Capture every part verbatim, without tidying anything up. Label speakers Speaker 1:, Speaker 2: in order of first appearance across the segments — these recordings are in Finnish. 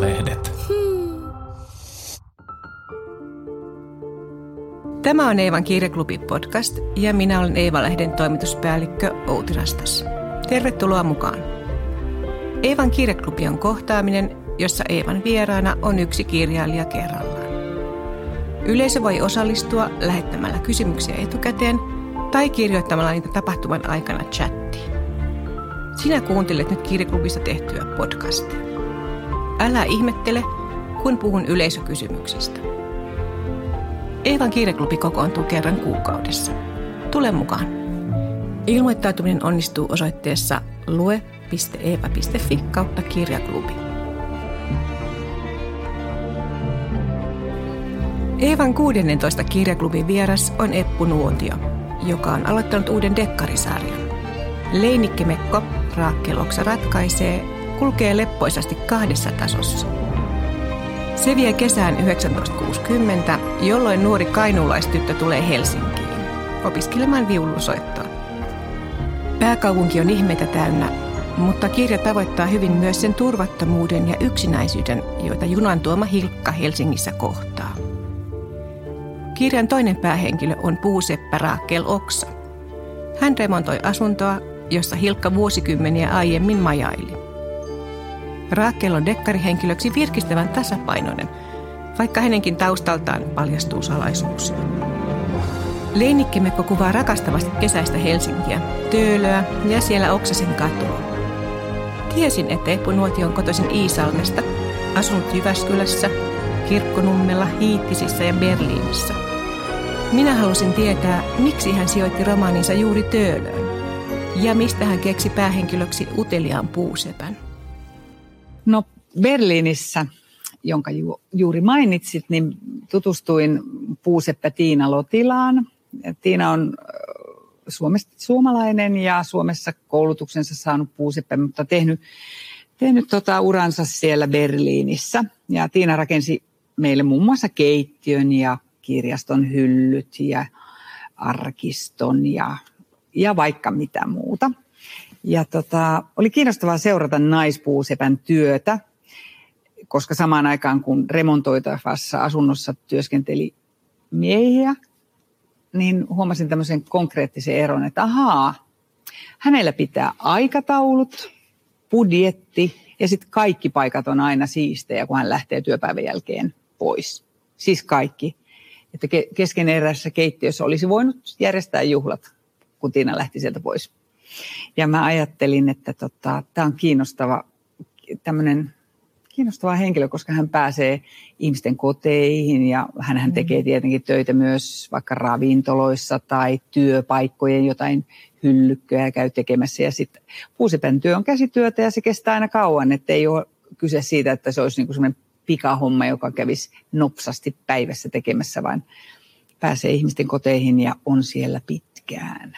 Speaker 1: Eeva-lehdet.
Speaker 2: Tämä on Eevan kirjaklubi-podcast ja minä olen Eeva-lehden toimituspäällikkö Outi Rastas. Tervetuloa mukaan. Eevan kirjaklubi on kohtaaminen, jossa Eevan vieraana on yksi kirjailija kerrallaan. Yleisö voi osallistua lähettämällä kysymyksiä etukäteen tai kirjoittamalla niitä tapahtuman aikana chattiin. Sinä kuuntelet nyt kirjaklubista tehtyä podcastia. Älä ihmettele, kun puhun yleisökysymyksistä. Eevan kirjaklubi kokoontuu kerran kuukaudessa. Tule mukaan. Ilmoittautuminen onnistuu osoitteessa lue piste eeva piste fi kautta kirjaklubi. Eevan kuudennentoista kirjaklubin vieras on Eppu Nuotio, joka on aloittanut uuden dekkarisarjan. Leinikkimekko Raakel Oksa ratkaisee kulkee leppoisasti kahdessa tasossa. Se vie kesään tuhatyhdeksänsataakuusikymmentä, jolloin nuori kainuulaistyttö tulee Helsinkiin opiskelemaan viulunsoittoa. Pääkaupunki on ihmeitä täynnä, mutta kirja tavoittaa hyvin myös sen turvattomuuden ja yksinäisyyden, joita junan tuoma Hilkka Helsingissä kohtaa. Kirjan toinen päähenkilö on puuseppä Raakel Oksa. Hän remontoi asuntoa, jossa Hilkka vuosikymmeniä aiemmin majaili. Raakel on dekkarihenkilöksi virkistävän tasapainoinen, vaikka hänenkin taustaltaan paljastuu salaisuuksia. Leinikkimekko kuvaa rakastavasti kesäistä Helsinkiä, Töölöä ja siellä Oksasen katua. Tiesin, että Eppu Nuotio on kotoisin Iisalmesta, asunut Jyväskylässä, Kirkkonummella, Hiittisissä ja Berliinissä. Minä halusin tietää, miksi hän sijoitti romaaninsa juuri Töölöön ja mistä hän keksi päähenkilöksi uteliaan puusepän.
Speaker 3: No Berliinissä, jonka ju, juuri mainitsit, niin tutustuin puuseppä Tiina Lotilaan. Tiina on Suomesta, suomalainen ja Suomessa koulutuksensa saanut puuseppä, mutta tehnyt, tehnyt tota uransa siellä Berliinissä. Ja Tiina rakensi meille muun muassa keittiön ja kirjaston hyllyt ja arkiston ja, ja vaikka mitä muuta. Ja tota, oli kiinnostavaa seurata naispuusepän työtä, koska samaan aikaan kun remontoitavassa asunnossa työskenteli miehiä, niin huomasin tämmöisen konkreettisen eron, että ahaa, hänellä pitää aikataulut, budjetti ja sitten kaikki paikat on aina siistejä, kun hän lähtee työpäivän jälkeen pois. Siis kaikki. Että keskeneräisessä keittiössä olisi voinut järjestää juhlat, kun Tiina lähti sieltä pois. Ja mä ajattelin, että tota, tämä on kiinnostava, tämmöinen kiinnostava henkilö, koska hän pääsee ihmisten koteihin ja hän tekee tietenkin töitä myös vaikka ravintoloissa tai työpaikkojen jotain hyllykköä käy tekemässä. Ja sitten puusepän työ on käsityötä ja se kestää aina kauan, että ei ole kyse siitä, että se olisi niinku semmoinen pikahomma, joka kävisi nopsasti päivässä tekemässä, vaan pääsee ihmisten koteihin ja on siellä pitkään.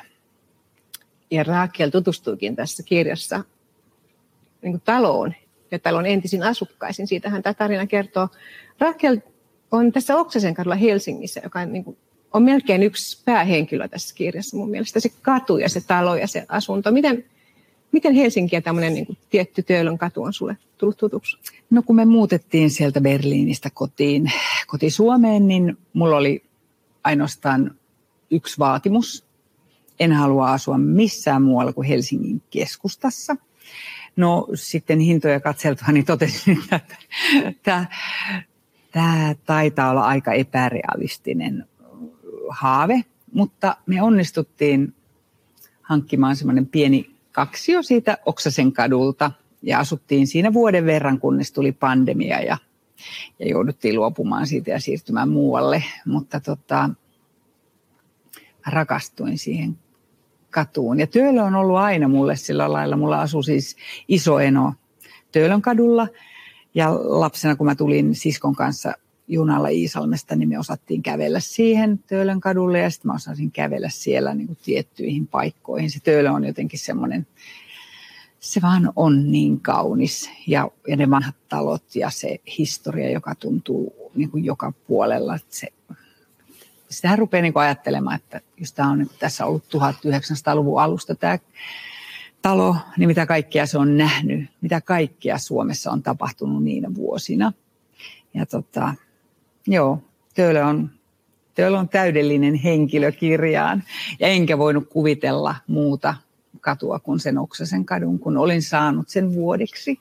Speaker 2: Ja Raakel tutustuikin tässä kirjassa niin kuin taloon ja talon entisin asukkaisiin. Siitähän tämä tarina kertoo. Raakel on tässä Oksasen kadulla Helsingissä, joka on, niin kuin, on melkein yksi päähenkilö tässä kirjassa mun mielestä. Se katu ja se talo ja se asunto. Miten, miten Helsinki ja tämmöinen niin kuin tietty Töölön katu on sulle tullut tutuksi?
Speaker 3: No kun me muutettiin sieltä Berliinistä kotiin, kotiin Suomeen, niin mulla oli ainoastaan yksi vaatimus. En halua asua missään muualla kuin Helsingin keskustassa. No sitten hintoja katseltua, niin totesin, että tämä, tämä taitaa olla aika epärealistinen haave. Mutta me onnistuttiin hankkimaan semmoinen pieni kaksio siitä Oksasen kadulta. Ja asuttiin siinä vuoden verran, kunnes tuli pandemia ja, ja jouduttiin luopumaan siitä ja siirtymään muualle. Mutta tota, rakastuin siihen katuun. Ja Töölö on ollut aina mulle sillä lailla. Mulla asui siis iso eno Töölön kadulla. Ja lapsena, kun mä tulin siskon kanssa junalla Iisalmesta, niin me osattiin kävellä siihen Töölön kadulle. Ja sitten mä osasin kävellä siellä niin kuin tiettyihin paikkoihin. Se Töölö on jotenkin semmoinen, se vaan on niin kaunis. Ja, ja ne vanhat talot ja se historia, joka tuntuu niin kuin joka puolella. Se, sitähän rupeaa niin kuin ajattelemaan, että jos tämä on nyt tässä ollut tuhatyhdeksänsataaluvun alusta tämä talo, niin mitä kaikkea se on nähnyt, mitä kaikkea Suomessa on tapahtunut niinä vuosina. Ja tota, joo, Töölö on, Töölö on täydellinen henkilö kirjaan. Ja enkä voinut kuvitella muuta katua kuin sen Oksasen kadun, kun olin saanut sen vuodeksi.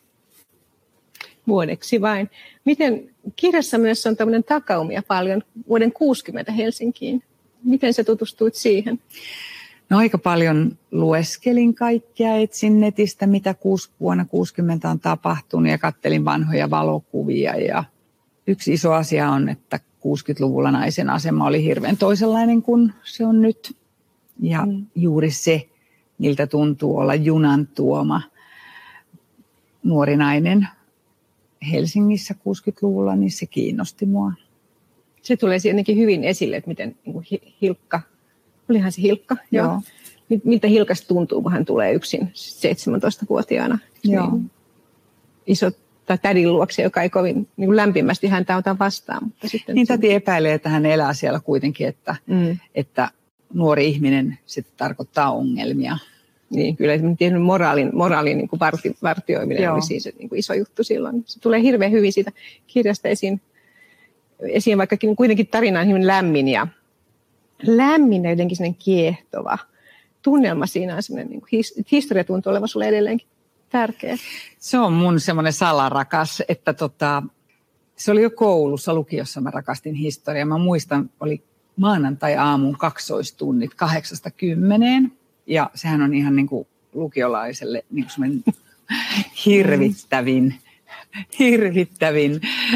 Speaker 1: Vuodeksi vain. Miten kirjassa myös on tämmöinen takaumia paljon vuoden kuusikymmentä Helsinkiin. Miten sä tutustuit siihen?
Speaker 3: No aika paljon lueskelin kaikkea, etsin netistä, mitä vuonna kuusikymmentä on tapahtunut ja kattelin vanhoja valokuvia. Ja yksi iso asia on, että kuusikymmentäluvulla naisen asema oli hirveän toisenlainen kuin se on nyt. Ja mm. juuri se, miltä tuntuu olla junan tuoma nuori nainen Helsingissä kuusikymmentäluvulla, niin se kiinnosti mua.
Speaker 1: Se tulee jotenkin hyvin esille, että miten niin kuin Hilkka, olihan se Hilkka, joo. joo. Miltä Hilkasta tuntuu, kun hän tulee yksin seitsemäntoistavuotiaana niin iso tai tädin luokse, joka ei kovin niin kuin lämpimästi häntä ota vastaan. Mutta sitten
Speaker 3: niin täti epäilee, että hän elää siellä kuitenkin, että, mm. että nuori ihminen sitten tarkoittaa ongelmia.
Speaker 1: Niin, kyllä moraalin, moraalin niin kuin varti, vartioiminen Joo. oli siis niin kuin iso juttu silloin. Se tulee hirveän hyvin siitä kirjasta esiin, esiin vaikka kuitenkin tarina on hyvin lämmin ja lämmin ja jotenkin sellainen kiehtova tunnelma siinä on sellainen, niin kuin his, historia tuntuu olevan sulle edelleenkin tärkeä.
Speaker 3: Se on mun semmoinen salarakas, että tota, se oli jo koulussa, lukiossa mä rakastin historiaa. Mä muistan, oli maanantai-aamun kaksoistunnit kahdeksasta kymmeneen. Ja sehän on ihan niin kuin lukiolaiselle niin kuin semmoinen hirvittävin, hirvittävin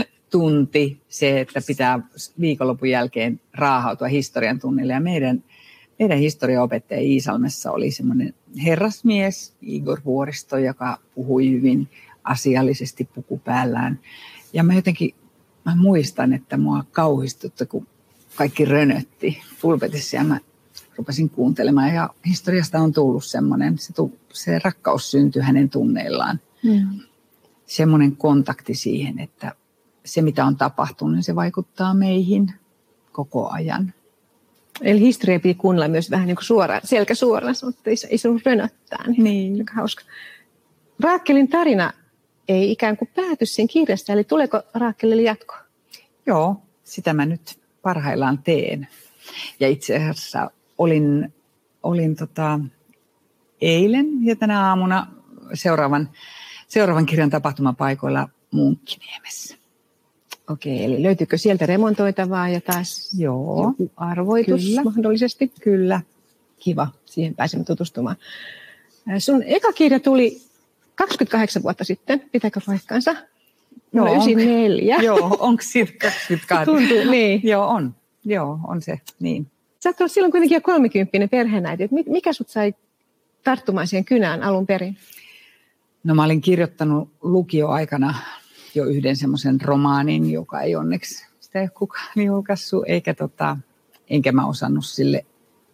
Speaker 3: tunti se, että pitää viikonlopun jälkeen raahautua historian tunnille. Ja meidän, meidän historiaopettaja Iisalmessa oli semmoinen herrasmies, Igor Vuoristo, joka puhui hyvin asiallisesti puku päällään. Ja mä jotenkin mä muistan, että mua kauhistuttu, kun kaikki rönötti pulpetissa ja mä rupesin kuuntelemaan ja historiasta on tullut semmoinen, se, se rakkaus syntyi hänen tunneillaan. Mm. Semmoinen kontakti siihen, että se mitä on tapahtunut, niin se vaikuttaa meihin koko ajan.
Speaker 1: Eli historia piti kuunnella myös vähän niin kuin suoraan, selkä suoraan, mutta ei, ei sinun rönöttää. Niin.
Speaker 3: niin.
Speaker 1: Hauska. Raakkelin tarina ei ikään kuin pääty siinä kirjasta, eli tuleeko Raakkelille jatko?
Speaker 3: Joo, sitä mä nyt parhaillaan teen. Ja itse asiassa olin, olin tota, eilen ja tänä aamuna seuraavan, seuraavan kirjan tapahtumapaikoilla Munkkiniemessä.
Speaker 1: Okei, eli löytyykö sieltä remontoitavaa ja taas
Speaker 3: Joo,
Speaker 1: joku arvoitus
Speaker 3: kyllä,
Speaker 1: mahdollisesti?
Speaker 3: Kyllä.
Speaker 1: Kiva, siihen pääsemme tutustumaan. Sun eka kirja tuli kaksikymmentäkahdeksan vuotta sitten, pitääkö paikkaansa?
Speaker 3: Joo,
Speaker 1: yhdeksänkymmentäneljä.
Speaker 3: Joo, onko siitä kaksikymmentäkahdeksan?
Speaker 1: Tuntuu, niin.
Speaker 3: Joo, on. Joo, on se, niin.
Speaker 1: Sä oot ollut silloin kuitenkin jo kolmekymppinen perheenäiti. Mikä sut sai tarttumaan siihen kynään alun perin?
Speaker 3: No mä olin kirjoittanut lukioaikana jo yhden semmoisen romaanin, joka ei onneksi sitä ei ole kukaan julkaissut, eikä tota, enkä mä osannut sille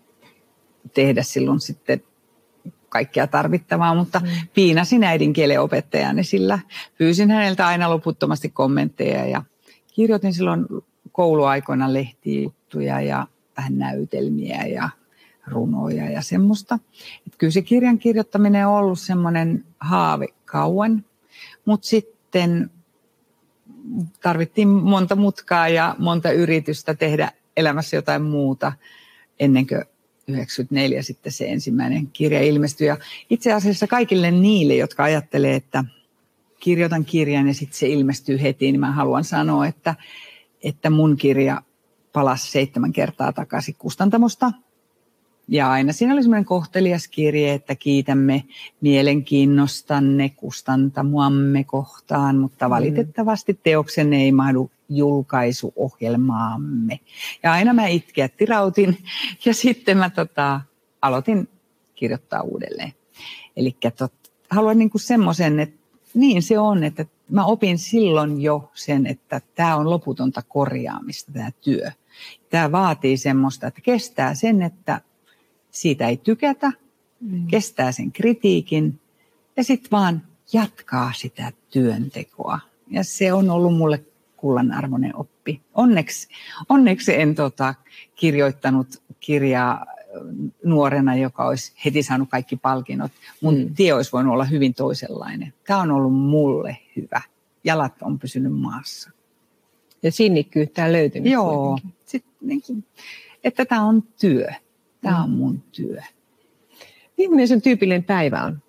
Speaker 3: tehdä silloin sitten kaikkea tarvittavaa, mutta mm. piinasin äidinkielen opettajani sillä. Pyysin häneltä aina loputtomasti kommentteja ja kirjoitin silloin kouluaikoina lehtijuttuja ja vähän näytelmiä ja runoja ja semmoista. Et kyllä se kirjan kirjoittaminen on ollut semmoinen haave kauan, mutta sitten tarvittiin monta mutkaa ja monta yritystä tehdä elämässä jotain muuta ennen kuin yhdeksänkymmentäneljä sitten se ensimmäinen kirja ilmestyi. Ja itse asiassa kaikille niille, jotka ajattelee, että kirjoitan kirjan ja sitten se ilmestyy heti, niin mä haluan sanoa, että, että mun kirja palasi seitsemän kertaa takaisin kustantamosta. Ja aina siinä oli semmoinen kohtelias kirje, että kiitämme mielenkiinnostanne kustantamoamme kohtaan, mutta valitettavasti teoksenne ei mahdu julkaisuohjelmaamme. Ja aina mä itkeätti rautin ja sitten mä tota, aloitin kirjoittaa uudelleen. Eli haluan niinku semmoisen, että niin se on, että mä opin silloin jo sen, että tämä on loputonta korjaamista tämä työ. Tämä vaatii semmoista, että kestää sen, että siitä ei tykätä, mm. kestää sen kritiikin ja sitten vaan jatkaa sitä työntekoa. Ja se on ollut mulle kullanarvoinen oppi. Onneksi, onneksi en tota, kirjoittanut kirjaa nuorena, joka olisi heti saanut kaikki palkinnot. Mun mm. tie olisi voinut olla hyvin toisenlainen. Tämä on ollut mulle hyvä. Jalat on pysynyt maassa.
Speaker 1: Ja sinnikkyyttä on löytynyt.
Speaker 3: Joo, sit, niin kuin, että tämä on työ. Tämä mm. on mun työ.
Speaker 1: Millainen sen tyypillinen päivä on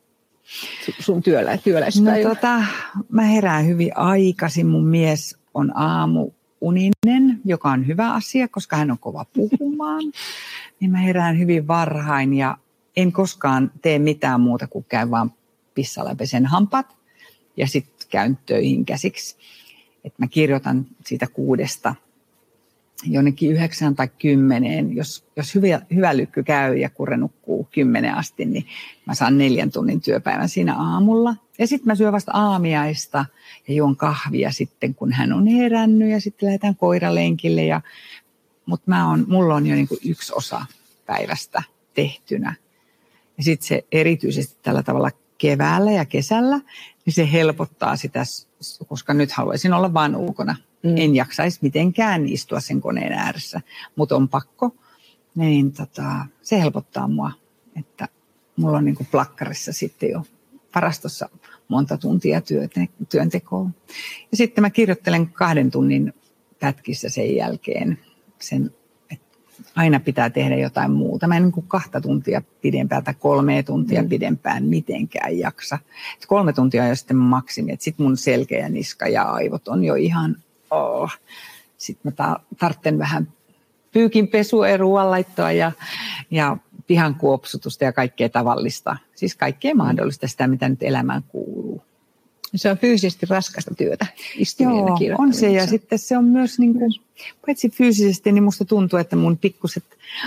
Speaker 1: sun työllä, työläispäivä?
Speaker 3: No, tota, mä herään hyvin aikaisin. Mun mies on aamuuninen, joka on hyvä asia, koska hän on kova puhumaan. Niin mä herään hyvin varhain ja en koskaan tee mitään muuta kuin käyn vaan pissalla ja pesen hampaat. Ja sitten käyn töihin käsiksi. Et mä kirjoitan siitä kuudesta jonnekin yhdeksään tai kymmeneen. Jos, jos hyvä, hyvä lykky käy ja kurre nukkuu kymmenen asti, niin mä saan neljän tunnin työpäivän siinä aamulla. Ja sitten mä syön vasta aamiaista ja juon kahvia sitten, kun hän on herännyt ja sitten lähdetään koiralenkille. Ja, mutta mä on, mulla on jo niinku yksi osa päivästä tehtynä. Ja sitten se erityisesti tällä tavalla keväällä ja kesällä, niin se helpottaa sitä, koska nyt haluaisin olla vaan ulkona. Mm. En jaksaisi mitenkään istua sen koneen ääressä, mutta on pakko. Niin tota, se helpottaa mua, että mulla on niin kuin plakkarissa sitten jo varastossa monta tuntia työte- työntekoa. Ja sitten mä kirjoittelen kahden tunnin pätkissä sen jälkeen sen, että aina pitää tehdä jotain muuta. Mä en niin kuin kahta tuntia pidempään tai kolmea tuntia mm. pidempään mitenkään jaksa. Et kolme tuntia on jo sitten maksimi, että sitten mun selkä ja niska ja aivot on jo ihan... Oh. Sitten mä tarvitsen vähän pyykinpesua ja ruoanlaittoa ja, ja pihan kuopsutusta ja kaikkea tavallista. Siis kaikkea mahdollista sitä, mitä nyt elämään kuuluu.
Speaker 1: Se on fyysisesti raskasta työtä. Joo,
Speaker 3: on se. Ja sitten se on myös, niin kuin, paitsi fyysisesti, niin musta tuntuu, että mun pikkuset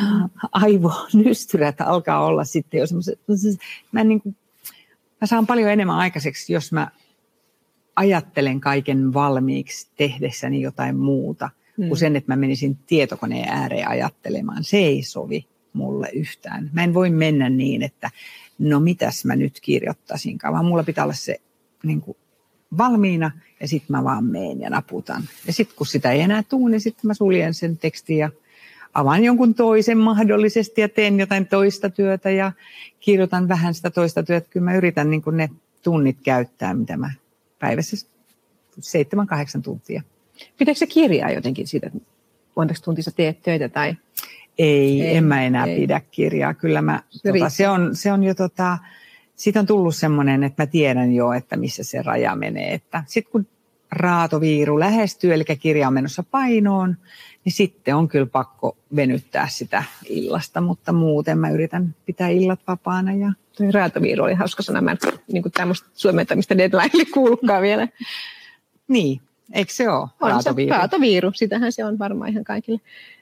Speaker 3: aivonystyrät alkaa olla sitten jo semmoiset. Mä, niin kuin, mä saan paljon enemmän aikaiseksi, jos mä ajattelen kaiken valmiiksi tehdessäni jotain muuta, hmm. kuin sen, että mä menisin tietokoneen ääreen ajattelemaan. Se ei sovi mulle yhtään. Mä en voi mennä niin, että no mitäs mä nyt kirjoittaisinkaan, vaan mulla pitää olla se niin kuin valmiina ja sitten mä vaan meen ja naputan. Ja sitten kun sitä ei enää tule, niin sitten mä suljen sen tekstin ja avaan jonkun toisen mahdollisesti ja teen jotain toista työtä ja kirjoitan vähän sitä toista työtä. Kyllä mä yritän niin kuin ne tunnit käyttää, mitä mä päivässä seitsemän, kahdeksan tuntia.
Speaker 1: Pitääkö se kirjaa jotenkin siitä, että montako tuntia sä teet töitä tai?
Speaker 3: Ei, ei en mä enää ei. pidä kirjaa. Kyllä mä, se, tota, se, on, se on jo tota, siitä on tullut semmoinen, että mä tiedän jo, että missä se raja menee. Että sit kun raatoviiru lähestyy, eli kirja on menossa painoon, niin sitten on kyllä pakko venyttää sitä illasta, mutta muuten mä yritän pitää illat vapaana. Ja...
Speaker 1: Tuo raatoviiru oli hauska sana, mä en niin tämmöistä suomentamista deadline kuullutkaan vielä.
Speaker 3: Niin, eikö se ole
Speaker 1: on
Speaker 3: raatoviiru?
Speaker 1: Se raatoviiru, sitähän se on varmaan ihan kaikille.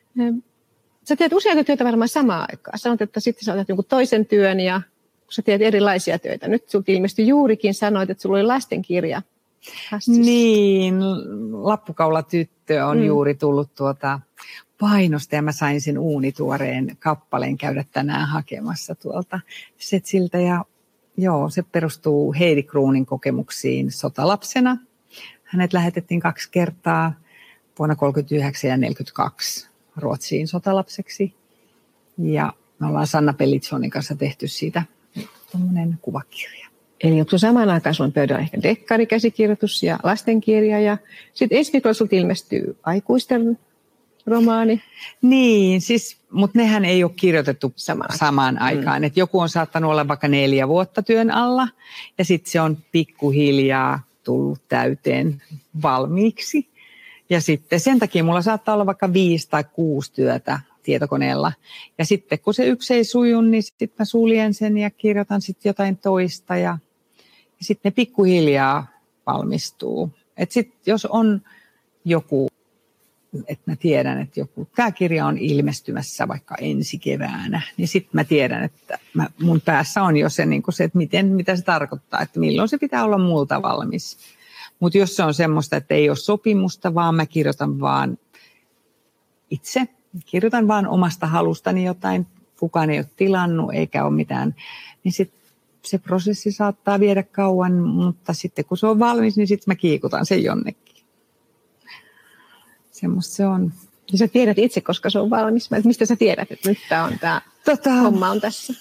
Speaker 1: Sä teet useita työtä varmaan samaan aikaan. Sanot, että sitten sä otat jonkun toisen työn ja kun sä teet erilaisia töitä. Nyt sulta ilmestyi juurikin, sanoit, että sulla oli lastenkirja. Hassissa.
Speaker 3: Niin, Lappukaula-tyttö on mm. juuri tullut tuota painosta ja mä sain sen uunituoreen kappaleen käydä tänään hakemassa tuolta Setsiltä. Ja joo, se perustuu Heidi Kruunin kokemuksiin sotalapsena. Hänet lähetettiin kaksi kertaa vuonna kolmekymmentäyhdeksän ja neljäkymmentäkaksi Ruotsiin sotalapseksi. Ja me ollaan Sanna Pellitsonin kanssa tehty siitä tuommoinen kuvakirja.
Speaker 1: Eli onko samaan aikaan sulla on pöydällä ehkä dekkarikäsikirjoitus ja lastenkirja ja sitten ensi viikolla sulta ilmestyy aikuisten romaani.
Speaker 3: Niin, siis, mutta nehän ei ole kirjoitettu
Speaker 1: samaan,
Speaker 3: samaan aikaan. Mm. Et joku on saattanut olla vaikka neljä vuotta työn alla ja sitten se on pikkuhiljaa tullut täyteen valmiiksi. Ja sitten sen takia mulla saattaa olla vaikka viisi tai kuusi työtä tietokoneella. Ja sitten kun se yksi ei suju, niin sitten mä suljen sen ja kirjoitan sitten jotain toista. Ja, ja sitten ne pikkuhiljaa valmistuu. Että sitten jos on joku, että mä tiedän, että joku, tämä kirja on ilmestymässä vaikka ensi keväänä, niin sitten mä tiedän, että mä, mun päässä on jo se, niin se että miten, mitä se tarkoittaa, että milloin se pitää olla multa valmis. Mutta jos se on semmoista, että ei ole sopimusta, vaan mä kirjoitan vaan itse, kirjoitan vaan omasta halustani jotain, kukaan ei ole tilannut eikä ole mitään, niin sitten se prosessi saattaa viedä kauan, mutta sitten kun se on valmis, niin sitten mä kiikutan sen jonnekin. Semmoista se on.
Speaker 1: Ja sä tiedät itse, koska se on valmis. Mistä sä tiedät, että nyt tämä on tämä tota, homma on tässä?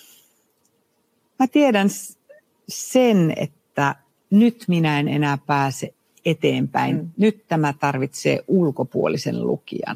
Speaker 3: Mä tiedän sen, että nyt minä en enää pääse eteenpäin. Mm. Nyt tämä tarvitsee ulkopuolisen lukijan.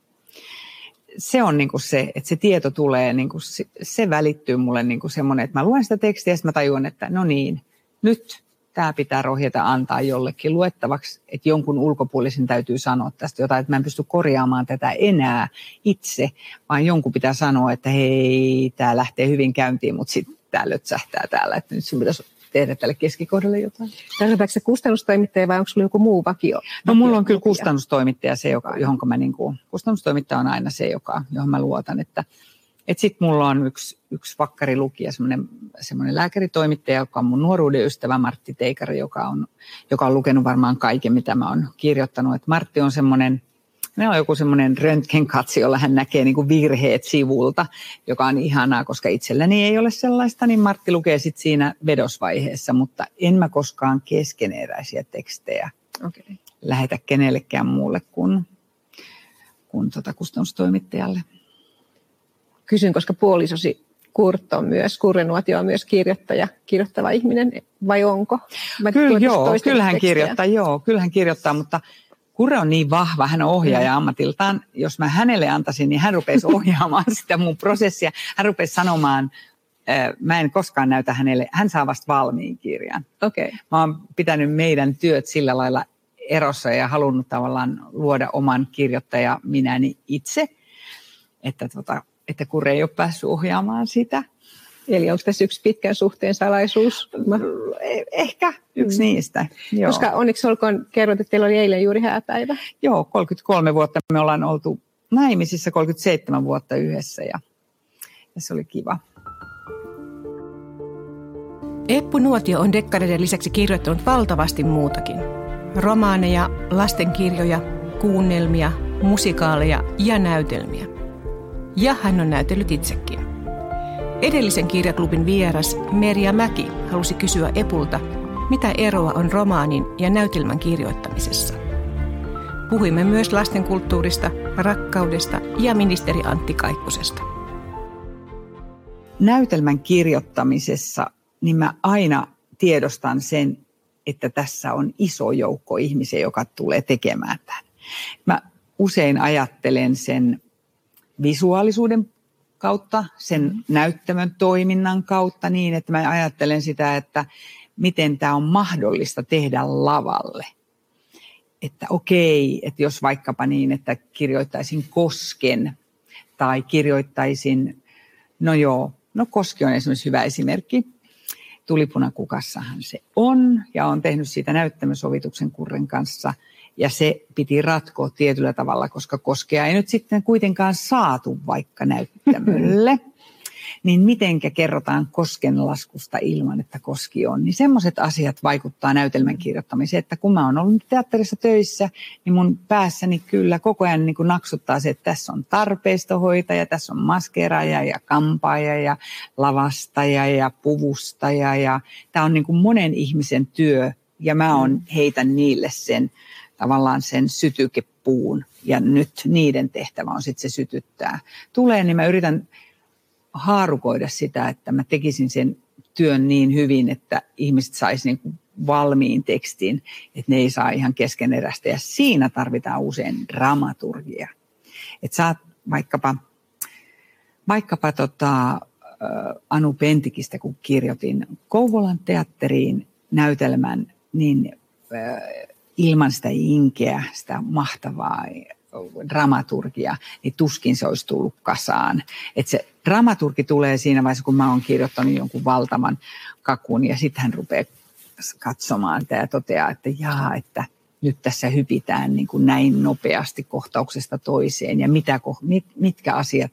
Speaker 3: Se on niin kuin se, että se tieto tulee, niin kuin se, se välittyy mulle niin kuin semmoinen, että mä luen sitä tekstiä ja mä tajuan, että no niin, nyt tämä pitää rohjeta antaa jollekin luettavaksi, että jonkun ulkopuolisen täytyy sanoa tästä jotain, että mä en pysty korjaamaan tätä enää itse, vaan jonkun pitää sanoa, että hei, tämä lähtee hyvin käyntiin, mutta sitten tämä lötsähtää täällä, että nyt sun pitäisi tehdä tälle keskikohdalle jotain.
Speaker 1: Tarkoitatko se kustannustoimittaja vai onko sulla joku muu vakio?
Speaker 3: No mulla on kyllä kustannustoimittaja, se, joka, johon mä niin kuin, kustannustoimittaja on aina se, joka, johon mä luotan, että Että sitten mulla on yksi, yksi vakkarilukija, semmoinen, semmoinen lääkäritoimittaja, joka on mun nuoruuden ystävä, Martti Teikari, joka on, joka on lukenut varmaan kaiken, mitä mä oon kirjoittanut. Et Martti on semmoinen, meillä on joku semmoinen röntgenkatsi, jolla hän näkee niinku virheet sivulta, joka on ihanaa, koska itselläni ei ole sellaista, niin Martti lukee sitten siinä vedosvaiheessa, mutta en mä koskaan keskeneräisiä tekstejä okay. lähetä kenellekään muulle kuin, kuin tota kustannustoimittajalle.
Speaker 1: Kysyn, koska puolisosi Kurt on myös, Kurrenuotio on myös kirjoittaja, kirjoittava ihminen, vai onko?
Speaker 3: Kyllä, joo, kyllähän kirjoittaa, joo, kyllähän kirjoittaa, mutta Kurre on niin vahva, hän on ohjaaja ammatiltaan. Jos mä hänelle antaisin, niin hän rupesi ohjaamaan sitä mun prosessia. Hän rupesi sanomaan, äh, mä en koskaan näytä hänelle, hän saa vasta valmiin kirjan.
Speaker 1: Okay.
Speaker 3: Mä oon pitänyt meidän työt sillä lailla erossa ja halunnut tavallaan luoda oman kirjoittaja minäni itse, että tota, että Kurre ei ole päässyt ohjaamaan sitä.
Speaker 1: Eli onko tässä yksi pitkän suhteen salaisuus?
Speaker 3: Ehkä yksi mm. niistä. Joo.
Speaker 1: Koska onneksi olkoon kerrot, että teillä oli eilen juuri hääpäivä.
Speaker 3: Joo, kolmekymmentäkolme vuotta me ollaan oltu naimisissa, kolmekymmentäseitsemän vuotta yhdessä ja, ja se oli kiva.
Speaker 2: Eppu Nuotio on dekkareiden lisäksi kirjoittanut valtavasti muutakin. Romaaneja, lastenkirjoja, kuunnelmia, musikaaleja ja näytelmiä. Ja hän on näytellyt itsekin. Edellisen kirjaklubin vieras Merja Mäki halusi kysyä Epulta, mitä eroa on romaanin ja näytelmän kirjoittamisessa. Puhuimme myös lastenkulttuurista, rakkaudesta ja ministeri Antti Kaikkosesta.
Speaker 3: Näytelmän kirjoittamisessa niin mä aina tiedostan sen, että tässä on iso joukko ihmisiä, joka tulee tekemään tämän. Mä usein ajattelen sen visuaalisuuden kautta, sen näyttämön toiminnan kautta niin, että mä ajattelen sitä, että miten tämä on mahdollista tehdä lavalle. Että okei, että jos vaikkapa niin, että kirjoittaisin Kosken tai kirjoittaisin, no joo, no Koski on esimerkiksi hyvä esimerkki. Tulipunakukassahan se on ja on tehnyt siitä näyttämösovituksen Kurren kanssa. Ja se piti ratkoa tietyllä tavalla, koska Koskea ei nyt sitten kuitenkaan saatu vaikka näyttämölle. Niin mitenkä kerrotaan Koskenlaskusta ilman, että Koski on. Niin semmoiset asiat vaikuttaa näytelmän kirjoittamiseen, että kun mä oon ollut teatterissa töissä, niin mun päässäni kyllä koko ajan niin kuin naksuttaa se, että tässä on tarpeistohoitaja, tässä on maskeeraaja ja kampaaja ja lavastaja ja puvustaja. Ja tämä on niin kuin monen ihmisen työ ja mä oon heitän niille sen tavallaan sen sytykepuun ja nyt niiden tehtävä on sitten se sytyttää. Tulee, niin mä yritän haarukoida sitä, että mä tekisin sen työn niin hyvin, että ihmiset sais niinku valmiin tekstin, että ne ei saa ihan keskeneräistä. Ja siinä tarvitaan usein dramaturgia. Että saat vaikkapa, vaikkapa tota, Anu Pentikistä, kun kirjoitin Kouvolan teatteriin näytelmän, niin ilman sitä inkeä, sitä mahtavaa dramaturgia, niin tuskin se olisi tullut kasaan. Että se dramaturgi tulee siinä vaiheessa, kun mä oon kirjoittanut jonkun valtavan kakun ja sitten hän rupeaa katsomaan ja toteaa, että jaa, että nyt tässä hypitään niin kuin näin nopeasti kohtauksesta toiseen ja mitä, mitkä asiat,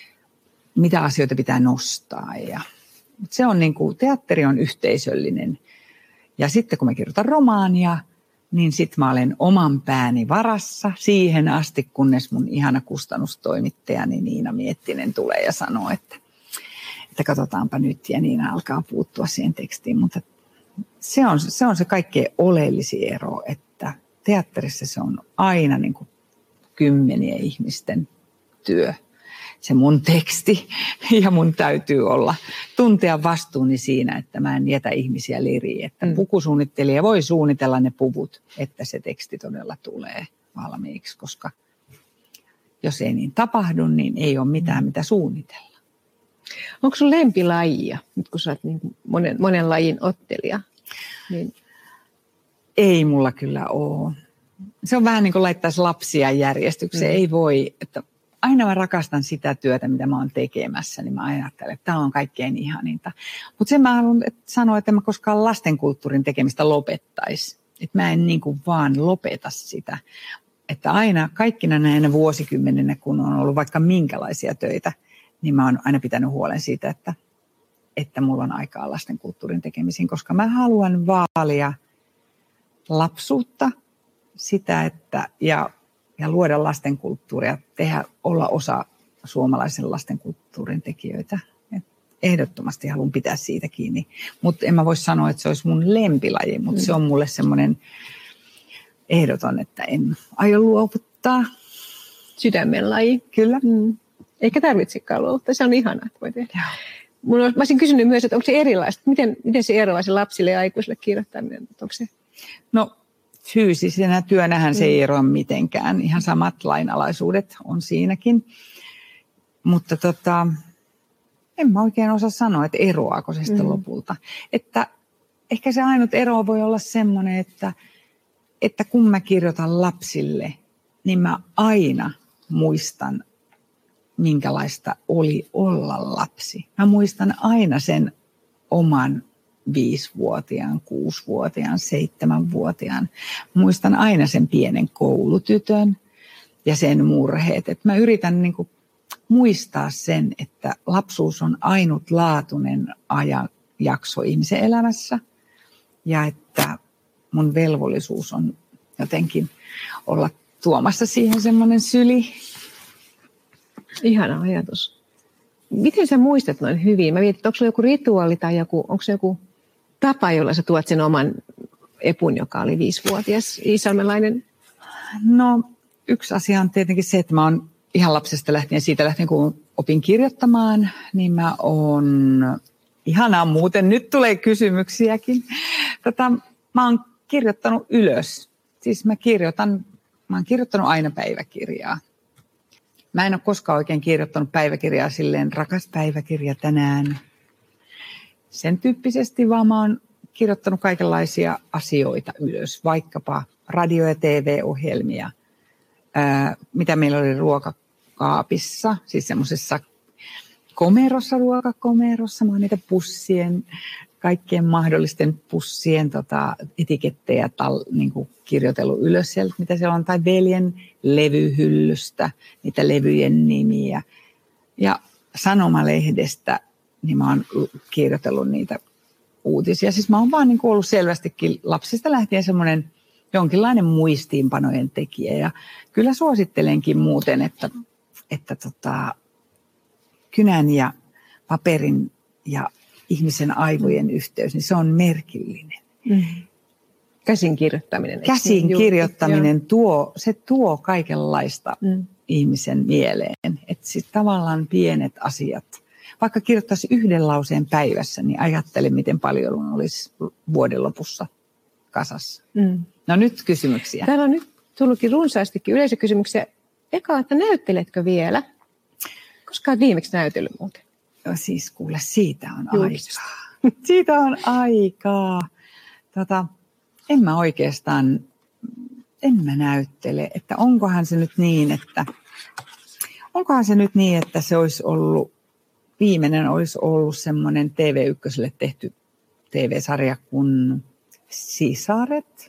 Speaker 3: mitä asioita pitää nostaa. Ja, se on niin kuin, teatteri on yhteisöllinen ja sitten kun mä kirjoitan romaania, niin sitten mä olen oman pääni varassa siihen asti, kunnes mun ihana kustannustoimittajani Niina Miettinen tulee ja sanoo, että, että katsotaanpa nyt ja Niina alkaa puuttua siihen tekstiin. Mutta se on se, on se kaikkein oleellisin ero, että teatterissa se on aina niin kuin kymmenien ihmisten työ, se mun teksti, ja mun täytyy olla, tuntea vastuuni siinä, että mä en jätä ihmisiä liriin, että mm. pukusuunnittelija voi suunnitella ne puvut, että se teksti todella tulee valmiiksi, koska jos ei niin tapahdu, niin ei ole mitään, mitä suunnitella.
Speaker 1: Onko sun lempilajia, nyt kun sä oot niin monen, monen lajin ottelija? Niin...
Speaker 3: Ei mulla kyllä ole. Se on vähän niin kuin laittaisi lapsia järjestykseen. Mm. Ei voi, että aina mä rakastan sitä työtä, mitä mä oon tekemässä, niin mä ajattelen, että tämä on kaikkein ihaninta. Mutta sen mä haluan sanoa, että en mä koskaan lastenkulttuurin tekemistä lopettaisi. Että mä en niin kuin vaan lopeta sitä. Että aina kaikkina näinä vuosikymmeninä, kun on ollut vaikka minkälaisia töitä, niin mä oon aina pitänyt huolen siitä, että, että mulla on aikaa lastenkulttuurin tekemisiin, koska mä haluan vaalia lapsuutta, sitä, että ja, ja luoda lastenkulttuuria, tehdä, olla osa suomalaisen lastenkulttuurin tekijöitä. Et ehdottomasti haluan pitää siitä kiinni, mutta en mä voi sanoa, että se olisi mun lempilaji, mutta mm. se on mulle semmoinen ehdoton, että en aio luovuttaa.
Speaker 1: Sydämen laji.
Speaker 3: Kyllä.
Speaker 1: Mm. Eikä tarvitsekaan luovuttaa, se on ihanaa, että voi tehdä. Mun on, mä olisin kysynyt myös, että onko se erilaista, miten, miten se eroaa se lapsille ja aikuisille kirjoittaminen? Onko se...
Speaker 3: No fyysisenä työnähän se ei eroa mitenkään, ihan samat lainalaisuudet on siinäkin, mutta tota, en mä oikein osaa sanoa, että eroaako se sitten mm. lopulta. Että ehkä se ainut ero voi olla semmoinen, että että kun mä kirjoitan lapsille, niin mä aina muistan, minkälaista oli olla lapsi. Mä muistan aina sen oman viisivuotiaan, kuusivuotiaan, seitsemänvuotiaan. Muistan aina sen pienen koulutytön ja sen murheet. Et mä yritän niinku muistaa sen, että lapsuus on ainutlaatuinen ajanjakso ihmisen elämässä ja että mun velvollisuus on jotenkin olla tuomassa siihen semmoinen syli.
Speaker 1: Ihana ajatus. Miten sä muistat noin hyvin? Mä mietin, että onko sulla joku rituaali tai joku, onko se joku tapa, jolla sä tuot sen oman Epun, joka oli viisivuotias iisalmelainen?
Speaker 3: No yksi asia on tietenkin se, että mä oon ihan lapsesta lähtien, siitä lähtien kun opin kirjoittamaan, niin mä oon, ihanaa muuten, nyt tulee kysymyksiäkin. Tota, mä oon kirjoittanut ylös. Siis mä kirjoitan, mä oon kirjoittanut aina päiväkirjaa. Mä en ole koskaan oikein kirjoittanut päiväkirjaa silleen, rakas päiväkirja tänään. Sen tyyppisesti, vaan mä oon kirjoittanut kaikenlaisia asioita ylös, vaikkapa radio- ja T V-ohjelmia, ää, mitä meillä oli ruokakaapissa, siis semmoisessa komerossa, ruokakomerossa. Mä oon niitä pussien, kaikkien mahdollisten pussien tota, etikettejä tal, niin kuin kirjoitellut ylös sieltä, mitä siellä on, tai veljen levyhyllystä, niitä levyjen nimiä. Ja sanomalehdestä, niin mä oon kirjoitellut niitä uutisia. Siis mä oon vaan niin kuin ollut selvästikin lapsista lähtien semmoinen jonkinlainen muistiinpanojen tekijä. Ja kyllä suosittelenkin muuten, että, että tota, kynän ja paperin ja ihmisen aivojen yhteys, niin se on merkillinen.
Speaker 1: Mm. Käsin kirjoittaminen.
Speaker 3: Käsin kirjoittaminen tuo, se tuo kaikenlaista mm. ihmisen mieleen. Että siis tavallaan pienet asiat, vaikka kirjoittaisi yhden lauseen päivässä, niin ajattele, miten paljon olisi vuoden lopussa kasassa. Mm. No nyt kysymyksiä.
Speaker 1: Täällä on nyt tullutkin runsaastikin yleisökysymyksiä. Eka, että näytteletkö vielä? Koska olet viimeksi näytellyt muuten?
Speaker 3: No siis kuule, siitä on Juudesta. aikaa. Siitä on aikaa. Tota, en mä oikeastaan, en mä näyttele, että onkohan se nyt niin, että onkohan se nyt niin, että se olisi ollut, viimeinen olisi ollut semmoinen T V ykköselle tehty T V-sarja kuin Sisaret.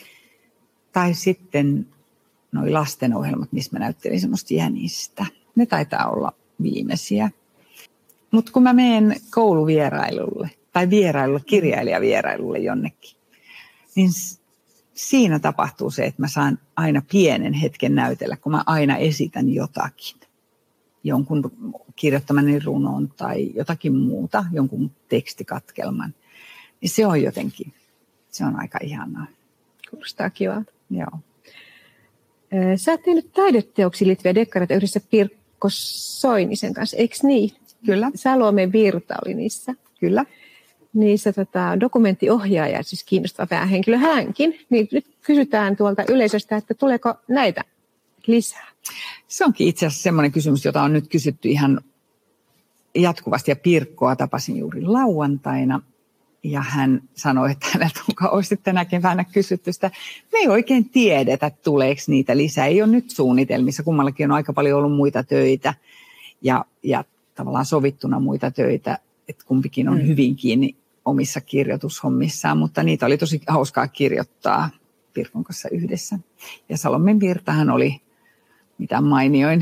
Speaker 3: Tai sitten noi lastenohjelmat, missä mä näyttelin semmoista jänistä. Ne taitaa olla viimeisiä. Mutta kun mä menen kouluvierailulle tai vierailulle, kirjailijavierailulle jonnekin, niin siinä tapahtuu se, että mä saan aina pienen hetken näytellä, kun mä aina esitän jotakin. Jonkun kirjoittamani runon tai jotakin muuta, jonkun tekstikatkelman. Niin se on jotenkin, se on aika ihanaa.
Speaker 1: Kuulostaa kivalta.
Speaker 3: Joo.
Speaker 1: Sä oot tehnyt taideteoksiin liittyviä dekkareita yhdessä Pirkko Soinisen kanssa, eikö niin?
Speaker 3: Kyllä.
Speaker 1: Salome Virta oli niissä.
Speaker 3: Kyllä.
Speaker 1: Niissä tota, dokumenttiohjaaja, siis kiinnostava päähenkilö hänkin. Niin nyt kysytään tuolta yleisöstä, että tuleeko näitä lisää?
Speaker 3: Se onkin itse asiassa semmoinen kysymys, jota on nyt kysytty ihan jatkuvasti. Ja Pirkkoa tapasin juuri lauantaina. Ja hän sanoi, että häneltä on sitten tänä keväänä kysytty sitä. Me ei oikein tiedetä, tuleeko niitä lisää. Ei ole nyt suunnitelmissa. Kummallakin on aika paljon ollut muita töitä ja, ja tavallaan sovittuna muita töitä. Että kumpikin on hyvin kiinni omissa kirjoitushommissaan, mutta niitä oli tosi hauskaa kirjoittaa Pirkon kanssa yhdessä. Ja Salomen Virtahan oli mitä mainioin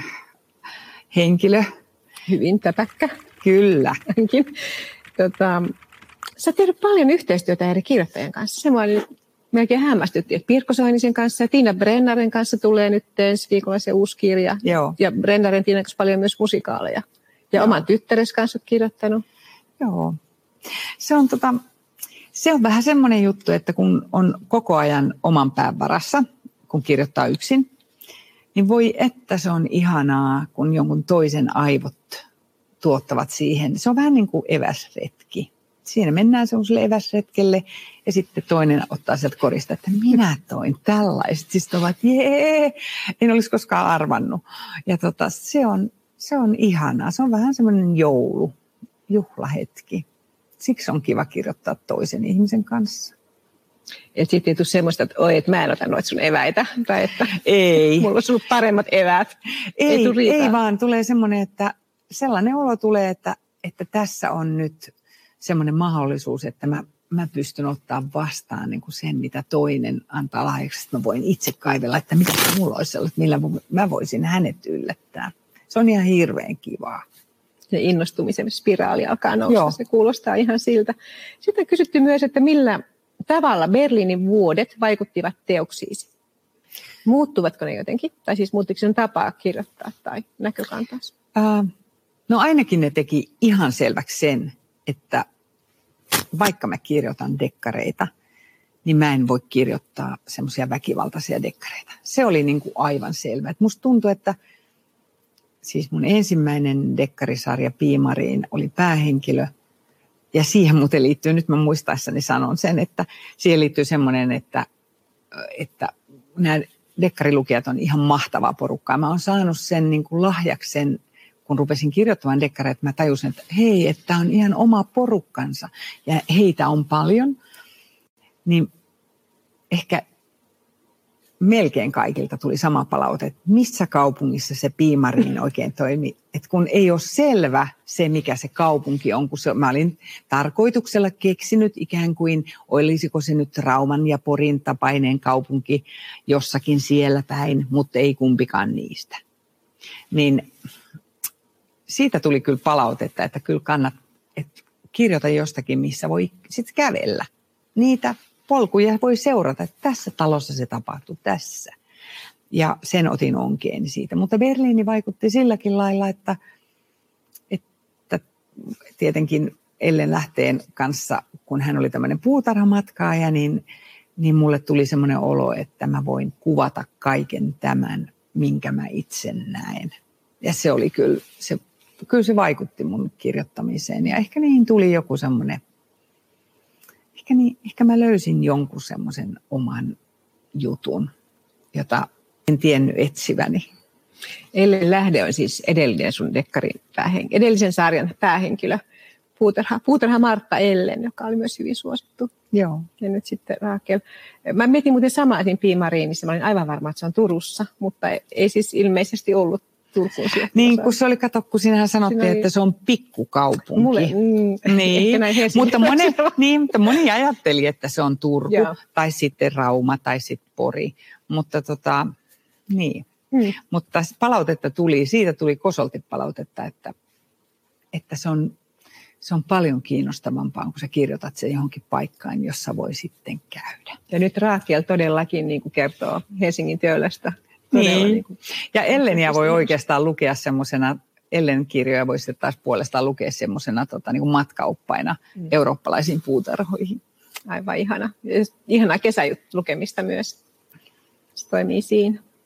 Speaker 3: henkilö.
Speaker 1: Hyvin täpäkkä.
Speaker 3: Kyllä.
Speaker 1: Tota, sä oot tehnyt paljon yhteistyötä eri kirjoittajien kanssa. Se mua melkein hämmästytti, että Pirkko Soinisen kanssa ja Tiina Brennaren kanssa tulee nyt ensi viikolla se uusi kirja.
Speaker 3: Joo.
Speaker 1: Ja Brennaren Tiina kanssa paljon myös musikaaleja. Ja Joo. oman tyttäres kanssa olet kirjoittanut.
Speaker 3: Joo. Se on, tota, se on vähän semmoinen juttu, että kun on koko ajan oman pään varassa, kun kirjoittaa yksin, niin voi että se on ihanaa, kun jonkun toisen aivot tuottavat siihen. Se on vähän niin kuin eväsretki. Siinä mennään semmoiselle eväsretkelle ja sitten toinen ottaa sieltä korista, että minä toin tällaiset. Siis ovat, jee, en olisi koskaan arvannut. Ja tota, se on, se on ihanaa. Se on vähän semmoinen joulu, juhlahetki. Siksi on kiva kirjoittaa toisen ihmisen kanssa.
Speaker 1: Että sitten ei tule semmoista, että oi, että mä en ota noita sun eväitä. Tai että
Speaker 3: ei.
Speaker 1: Mulla olisi ollut paremmat eväät.
Speaker 3: Ei, ei, ei vaan tulee semmoinen, että sellainen olo tulee, että, että tässä on nyt semmoinen mahdollisuus, että mä, mä pystyn ottaa vastaan niin kuin sen, mitä toinen antaa lahjaksi. Mä voin itse kaivella, että mitä mulla olisi ollut, millä mä voisin hänet yllättää. Se on ihan hirveän kivaa.
Speaker 1: Se innostumisen spiraali alkaa nousta,
Speaker 3: Joo.
Speaker 1: Se kuulostaa ihan siltä. Sitten on kysytty myös, että millä tavalla Berliinin vuodet vaikuttivat teoksiisi. Muuttuvatko ne jotenkin? Tai siis muuttuiko sen tapaa kirjoittaa tai näkökantaisi?
Speaker 3: Äh, no ainakin ne teki ihan selväksi sen, että vaikka mä kirjoitan dekkareita, niin mä en voi kirjoittaa semmoisia väkivaltaisia dekkareita. Se oli niin kuin aivan selvä. Et musta tuntui, että siis mun ensimmäinen dekkarisarja Piimariin oli päähenkilö. Ja siihen muuten liittyy, nyt mä muistaessani sanon sen, että siihen liittyy semmoinen, että, että nämä dekkarilukijat on ihan mahtavaa porukkaa. Mä oon saanut sen niin kuin lahjaksen, kun rupesin kirjoittamaan dekkareita, mä tajusin, että hei, että on ihan oma porukkansa ja heitä on paljon. Niin ehkä melkein kaikilta tuli sama palaute, että missä kaupungissa se Piimariin oikein toimi. Että kun ei ole selvä se, mikä se kaupunki on, kun se, mä olin tarkoituksella keksinyt ikään kuin, olisiko se nyt Rauman ja Porin tapainen kaupunki jossakin siellä päin, mutta ei kumpikaan niistä. Niin siitä tuli kyllä palautetta, että kyllä kannat, että kirjoita jostakin, missä voi sitten kävellä. Niitä polkuja voi seurata, että tässä talossa se tapahtui tässä. Ja sen otin onkeeni siitä. Mutta Berliini vaikutti silläkin lailla, että, että tietenkin Ellen Lähteen kanssa, kun hän oli tämmöinen puutarhamatkaaja, niin, niin mulle tuli semmoinen olo, että mä voin kuvata kaiken tämän, minkä mä itse näen. Ja se oli kyllä, se, kyllä se vaikutti mun kirjoittamiseen. Ja ehkä niin tuli joku semmoinen, ehkä, niin, ehkä mä löysin jonkun semmoisen oman jutun, jota en tiennyt etsiväni.
Speaker 1: Ellen Lähde on siis edellinen sun dekkarin päähenkilö, edellisen sarjan päähenkilö, Puutarha, Puutarha Martta Ellen, joka oli myös hyvin suosittu.
Speaker 3: Joo.
Speaker 1: Ja nyt sitten Raakel. Mä mietin muuten samaa siinä Piimariinissa, mä olin aivan varma, että se on Turussa, mutta ei siis ilmeisesti ollut Turkuun.
Speaker 3: Niin, kun se oli, kato, kun sinähän sanottiin, oli, että se on pikkukaupunki.
Speaker 1: Mulle, mm,
Speaker 3: niin, mutta moni, niin, mutta moni ajatteli, että se on Turku, Joo. tai sitten Rauma, tai sitten Pori. Mutta tota, niin. Mm. Mutta palautetta tuli, siitä tuli kosolti palautetta, että, että se, on, se on paljon kiinnostavampaa, kun sä kirjoitat sen johonkin paikkaan, jossa voi sitten käydä.
Speaker 1: Ja nyt Raakel todellakin niin kuin kertoo Helsingin Töölöstä.
Speaker 3: Niin. Niin kuin, ja Elleniä voi oikeastaan lukea semmoisena, Ellen kirjoja voi sitten taas puolestaan lukea semmoisena tota, niin kuin matkaoppaina mm. eurooppalaisiin puutarhoihin.
Speaker 1: Aivan ihana. Ihana kesäjuttu lukemista myös. Se toimii siinä.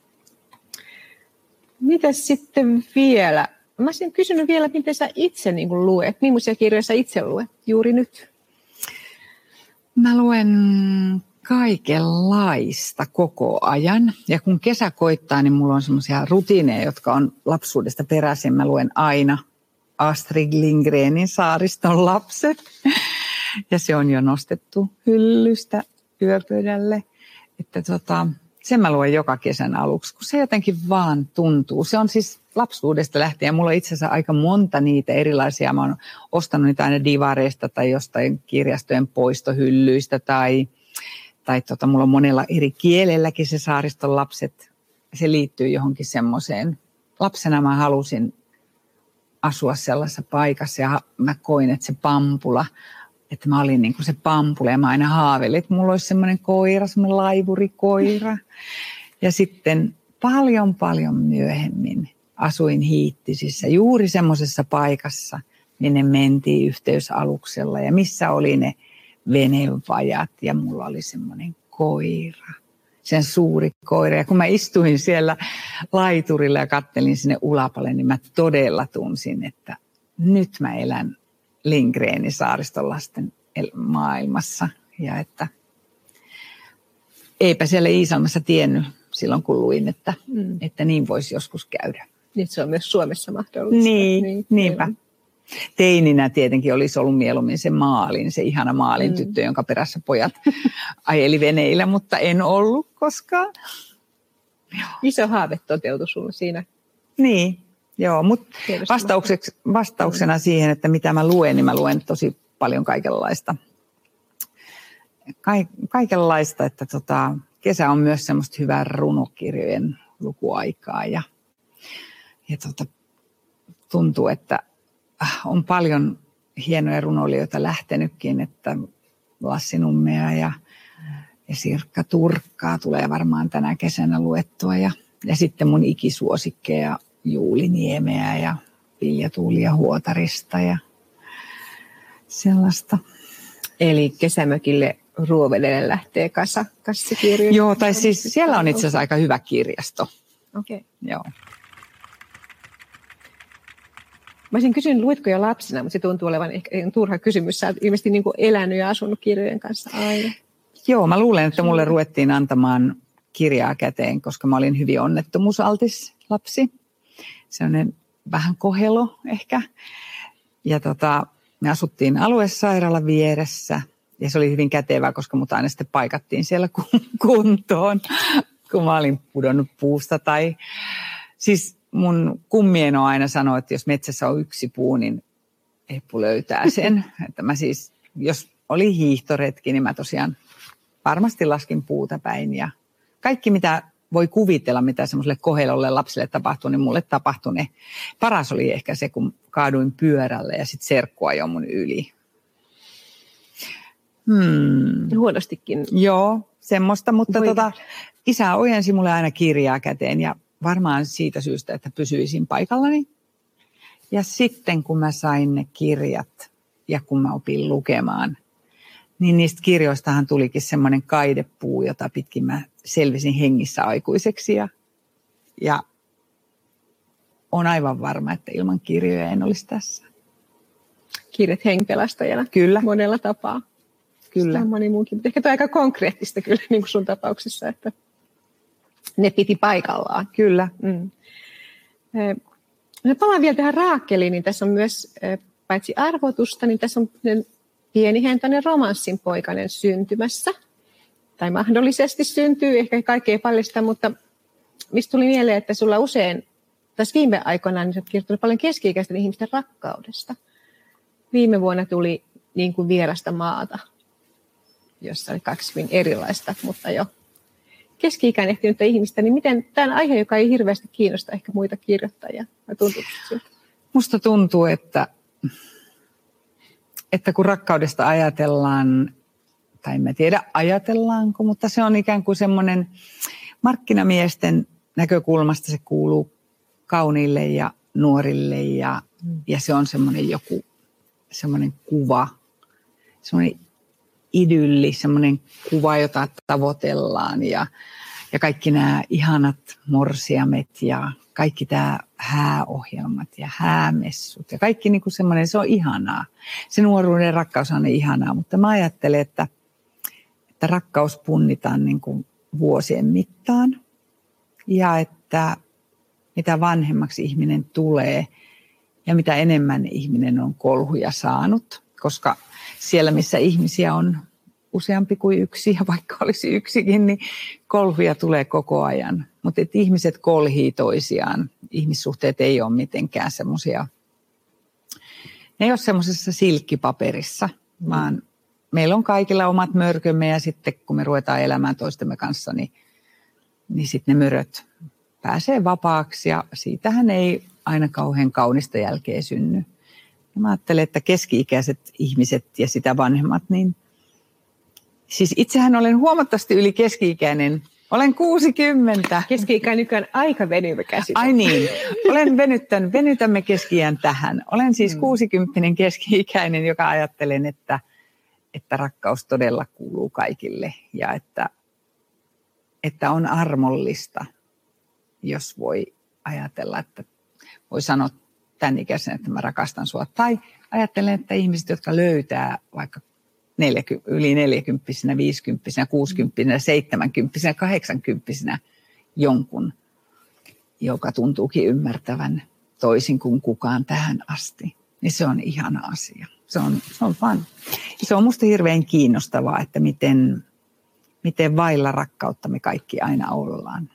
Speaker 1: Mitäs sitten vielä? Mä olisin kysynyt vielä, miten sä itse niin kuin luet. Millaisia kirjoja sä itse luet juuri nyt?
Speaker 3: Mä luen kaikenlaista koko ajan. Ja kun kesä koittaa, niin mulla on semmoisia rutiineja, jotka on lapsuudesta peräisin. Mä luen aina Astrid Lindgrenin Saariston lapset. Ja se on jo nostettu hyllystä yöpöydälle. Että tota, sen mä luen joka kesän aluksi, kun se jotenkin vaan tuntuu. Se on siis lapsuudesta lähtien. Mulla on itse asiassa aika monta niitä erilaisia. Mä oon ostanut niitä aina divareista tai jostain kirjastojen poistohyllyistä. Tai, tai tota, mulla on monella eri kielelläkin se Saariston lapset. Se liittyy johonkin semmoiseen. Lapsena mä halusin asua sellaisessa paikassa ja mä koin, että se Pampula, että mä olin niin kuin se Pampula ja mä aina haaveilin, että mulla olisi semmoinen koira, semmoinen laivurikoira. Ja sitten paljon paljon myöhemmin asuin Hiittisissä juuri semmoisessa paikassa, minne mentiin yhteysaluksella ja missä oli ne venevajat ja mulla oli semmoinen koira. Sen suuri koira. Ja kun mä istuin siellä laiturilla ja kattelin sinne ulapalle, niin mä todella tunsin, että nyt mä elän Lindgrenin Saariston lasten maailmassa. Ja että eipä siellä Iisalmassa tiennyt silloin, kun luin, että, mm. että niin voisi joskus käydä.
Speaker 1: Niin se on myös Suomessa mahdollista.
Speaker 3: Niin, niin niinpä. Teininä tietenkin olisi ollut mieluummin se maalin, se ihana maalin mm. tyttö, jonka perässä pojat ajeli veneillä, mutta en ollut koskaan.
Speaker 1: Iso haave toteutui sulla siinä.
Speaker 3: Niin, joo, mutta vastauksena siihen, että mitä mä luen, niin mä luen tosi paljon kaikenlaista. Ka- kaikenlaista, että tota, kesä on myös semmoista hyvää runokirjojen lukuaikaa ja, ja tota, tuntuu, että on paljon hienoja runoilijoita lähtenytkin, että Lassi Nummea ja, ja Sirkka Turkkaa tulee varmaan tänä kesänä luettua. Ja, ja sitten mun ikisuosikkeja Juuli Niemeä ja Vilja Tuulia Huotarista ja sellaista.
Speaker 1: Eli kesämökille Ruovedelle lähtee kasa kassikirjoja.
Speaker 3: Joo, tai siis siellä on itse asiassa aika hyvä kirjasto.
Speaker 1: Okei. Okay.
Speaker 3: Joo.
Speaker 1: Mä olisin kysynyt, luitko jo lapsena, mutta se tuntuu olevan ehkä turha kysymys. Sä oot ilmeisesti niin kuin elänyt ja asunut kirjojen kanssa aina.
Speaker 3: Joo, mä luulen, että mulle ruvettiin antamaan kirjaa käteen, koska mä olin hyvin onnettomuusaltis lapsi. Sellainen vähän kohelo ehkä. Ja tota, me asuttiin aluesairaalan vieressä. Ja se oli hyvin kätevää, koska mut aina sitten paikattiin siellä kuntoon, kun mä olin pudonnut puusta. Tai siis mun kummieno aina sanoi, että jos metsässä on yksi puu, niin Eppu löytää sen. Että mä siis, jos oli hiihtoretki, niin mä tosiaan varmasti laskin puuta päin. Ja kaikki, mitä voi kuvitella, mitä semmoiselle kohelolle lapselle tapahtui, niin mulle tapahtui ne. Paras oli ehkä se, kun kaaduin pyörälle ja sitten serkku ajoi mun yli. Hmm.
Speaker 1: Huonostikin.
Speaker 3: Joo, semmoista, mutta tota, isä ojensi mulle aina kirjaa käteen ja varmaan siitä syystä, että pysyisin paikallani. Ja sitten kun mä sain ne kirjat ja kun mä opin lukemaan, niin niistä kirjoistahan tulikin semmoinen kaidepuu, jota pitkin mä selvisin hengissä aikuiseksi. Ja, ja on aivan varma, että ilman kirjoja en olisi tässä.
Speaker 1: Kirjat henkipelastajana.
Speaker 3: Kyllä.
Speaker 1: Monella tapaa. Kyllä. Sitä moni muukin, mutta ehkä tuo aika konkreettista kyllä niin kuin sun tapauksessa, että ne piti paikallaan.
Speaker 3: Kyllä.
Speaker 1: Mm. No, palaan vielä tähän Raakkeliin, niin tässä on myös paitsi arvotusta, niin tässä on pienihentoinen romanssinpoikainen syntymässä. Tai mahdollisesti syntyy, ehkä kaikki ei paljasta, mutta mistä tuli mieleen, että sulla usein, tässä viime aikoina, niin sä oot kirjoittanut paljon keski-ikäisten ihmisten rakkaudesta. Viime vuonna tuli niin kuin Vierasta maata, jossa oli kaksi hyvin erilaista, mutta jo keski-ikään ehtinyttä ihmistä, niin miten tämä aihe, joka ei hirveästi kiinnosta ehkä muita kirjoittajia, tuntuuko siltä?
Speaker 3: Musta tuntuu, että, että kun rakkaudesta ajatellaan, tai en mä tiedä ajatellaanko, mutta se on ikään kuin semmoinen markkinamiesten näkökulmasta se kuuluu kauniille ja nuorille ja, mm. ja se on semmoinen joku semmoinen kuva, semmoinen idylli, semmoinen kuva, jota tavoitellaan ja, ja kaikki nämä ihanat morsiamet ja kaikki tämä hääohjelmat ja häämessut ja kaikki niin kuin semmoinen, se on ihanaa. Se nuoruuden rakkaus on ihanaa, mutta mä ajattelen, että, että rakkaus punnitaan niin kuin vuosien mittaan ja että mitä vanhemmaksi ihminen tulee ja mitä enemmän ihminen on kolhuja saanut, koska siellä missä ihmisiä on useampi kuin yksi ja vaikka olisi yksikin, niin kolhuja tulee koko ajan. Mutta ihmiset kolhii toisiaan. Ihmissuhteet ei ole mitenkään semmoisia, ne ei ole semmoisessa silkkipaperissa, vaan meillä on kaikilla omat mörkömme ja sitten kun me ruvetaan elämään toistemme kanssa, niin, niin sitten ne möröt pääsee vapaaksi ja siitähän ei aina kauhean kaunista jälkeä synny. Ja mä ajattelen, että keski-ikäiset ihmiset ja sitä vanhemmat, niin siis itsehän olen huomattavasti yli keski-ikäinen. Olen kuusikymmentä.
Speaker 1: Keski-ikä nykyään aika venyvä käsite.
Speaker 3: Ai niin, olen venyttänyt, venytämme keski-iän tähän. Olen siis hmm. kuusikymppinen keski-ikäinen, joka ajattelen, että, että rakkaus todella kuuluu kaikille. Ja että, että on armollista, jos voi ajatella, että voi sanoa tämän ikäisen, että mä rakastan sua. Tai ajattelen, että ihmiset, jotka löytää vaikka yli neljäkymppisenä, viisikymppisenä, kuusikymppisenä, seitsemänkymppisenä, kahdeksankymppisenä jonkun, joka tuntuukin ymmärtävän toisin kuin kukaan tähän asti. Niin se on ihana asia. Se on, se on fun. Se on musta hirveän kiinnostavaa, että miten, miten vailla rakkautta me kaikki aina ollaan.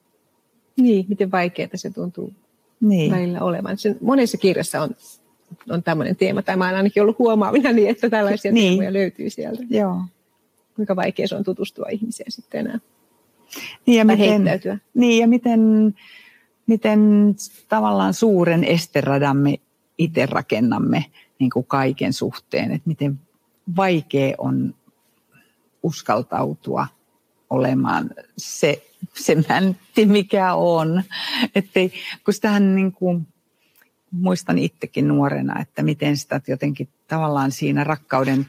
Speaker 1: Niin, miten vaikeaa se tuntuu niin. Välillä olevan. Sen, monessa kirjassa on on tämmöinen teema, tai mä olen ainakin ollut huomaavina niin, että tällaisia niin. teemoja löytyy sieltä.
Speaker 3: Joo.
Speaker 1: Kuinka vaikea se on tutustua ihmiseen sitten enää.
Speaker 3: Niin ja,
Speaker 1: tai
Speaker 3: miten,
Speaker 1: heittäytyä.
Speaker 3: Niin ja miten, miten tavallaan suuren esteradamme itse rakennamme niin kuin kaiken suhteen. Että miten vaikea on uskaltautua olemaan se, se mäntti, mikä on. Ettei, kun sitähän niin kuin muistan itsekin nuorena, että miten sitä jotenkin tavallaan siinä rakkauden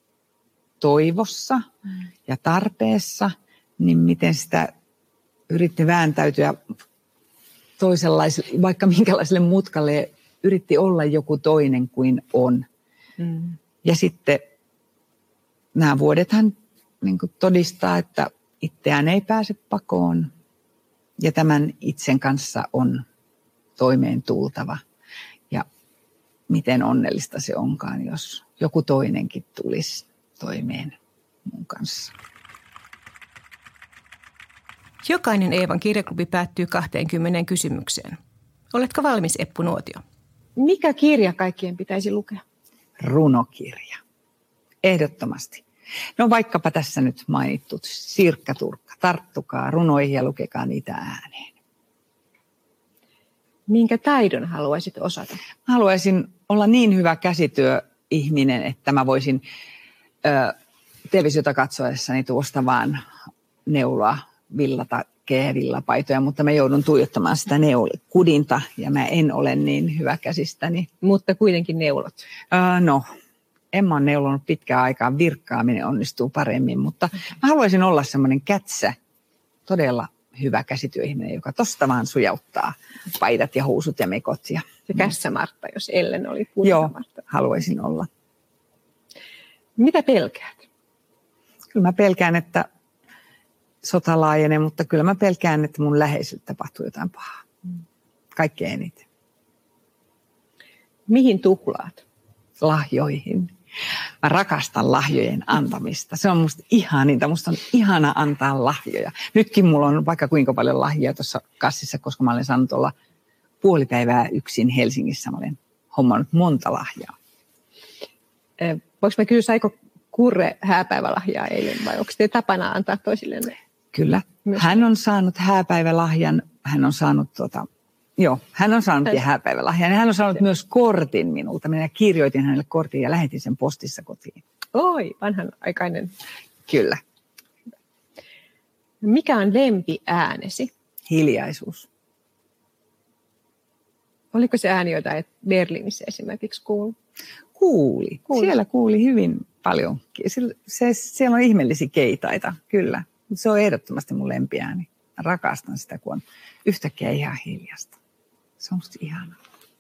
Speaker 3: toivossa mm. ja tarpeessa, niin miten sitä yritti vääntäytyä toisenlaiselle, vaikka minkälaiselle mutkalle, yritti olla joku toinen kuin on. Mm. Ja sitten nämä vuodethan niin kuin todistaa, että itseään ei pääse pakoon ja tämän itsen kanssa on toimeen tultava. Ja miten onnellista se onkaan, jos joku toinenkin tulisi toimeen mun kanssa.
Speaker 2: Jokainen Eevan kirjaklubi päättyy kaksikymmentä kysymykseen. Oletko valmis, Eppu Nuotio?
Speaker 1: Mikä kirja kaikkien pitäisi lukea?
Speaker 3: Runokirja. Ehdottomasti. No vaikkapa tässä nyt mainittu Sirkka Turkka. Tarttukaa runoihin ja lukekaa niitä ääneen.
Speaker 1: Minkä taidon haluaisit osata?
Speaker 3: Haluaisin olla niin hyvä käsityöihminen, että mä voisin ö, televisiota katsoessani tuosta vaan neuloa villatakeja ja villapaitoja, mutta mä joudun tuijottamaan sitä neul- kudinta ja mä en ole niin hyvä käsistäni.
Speaker 1: Mutta kuitenkin neulot?
Speaker 3: Ö, no, en mä ole neulonut pitkään aikaan, virkkaaminen onnistuu paremmin, mutta mä haluaisin olla semmoinen kätsä, todella hyvä käsityöihminen, joka tosta vaan sujauttaa paidat ja housut ja mekot. Ja,
Speaker 1: se Kässä-Martta, jos Ellen oli Punta-Martta.
Speaker 3: Joo, haluaisin olla.
Speaker 1: Mitä pelkäät?
Speaker 3: Kyllä mä pelkään, että sota laajenee, mutta kyllä mä pelkään, että mun läheisille tapahtuu jotain pahaa. Kaikkein eniten.
Speaker 1: Mihin tuhlaat?
Speaker 3: Lahjoihin. Mä rakastan lahjojen antamista. Se on musta ihaninta. Musta on ihana antaa lahjoja. Nytkin mulla on vaikka kuinka paljon lahjoja tuossa kassissa, koska mä olen saanut olla puoli päivää yksin Helsingissä. Mä olen hommannut monta lahjaa.
Speaker 1: Voinko mä kysyä, saiko Kurre hääpäivälahjaa eilen vai onko te tapana antaa toisilleen?
Speaker 3: Kyllä. Myös. Hän on saanut hääpäivälahjan. Hän on saanut tuota... Joo, hän on saanut ja hääpäivälahjan. Hän on saanut se. myös kortin minulta. Minä kirjoitin hänelle kortin ja lähetin sen postissa kotiin.
Speaker 1: Oi, vanhanaikainen.
Speaker 3: Kyllä.
Speaker 1: Mikä on lempiäänesi?
Speaker 3: Hiljaisuus.
Speaker 1: Oliko se ääni, jota et Berliinissä esimerkiksi kuulu?
Speaker 3: Kuuli. kuuli. Siellä kuuli hyvin paljon. Se, se, siellä on ihmeellisiä keitaita, kyllä. Se on ehdottomasti mun lempiääni. Rakastan sitä, kun on yhtäkkiä ihan hiljasta. Se on musta ihanaa.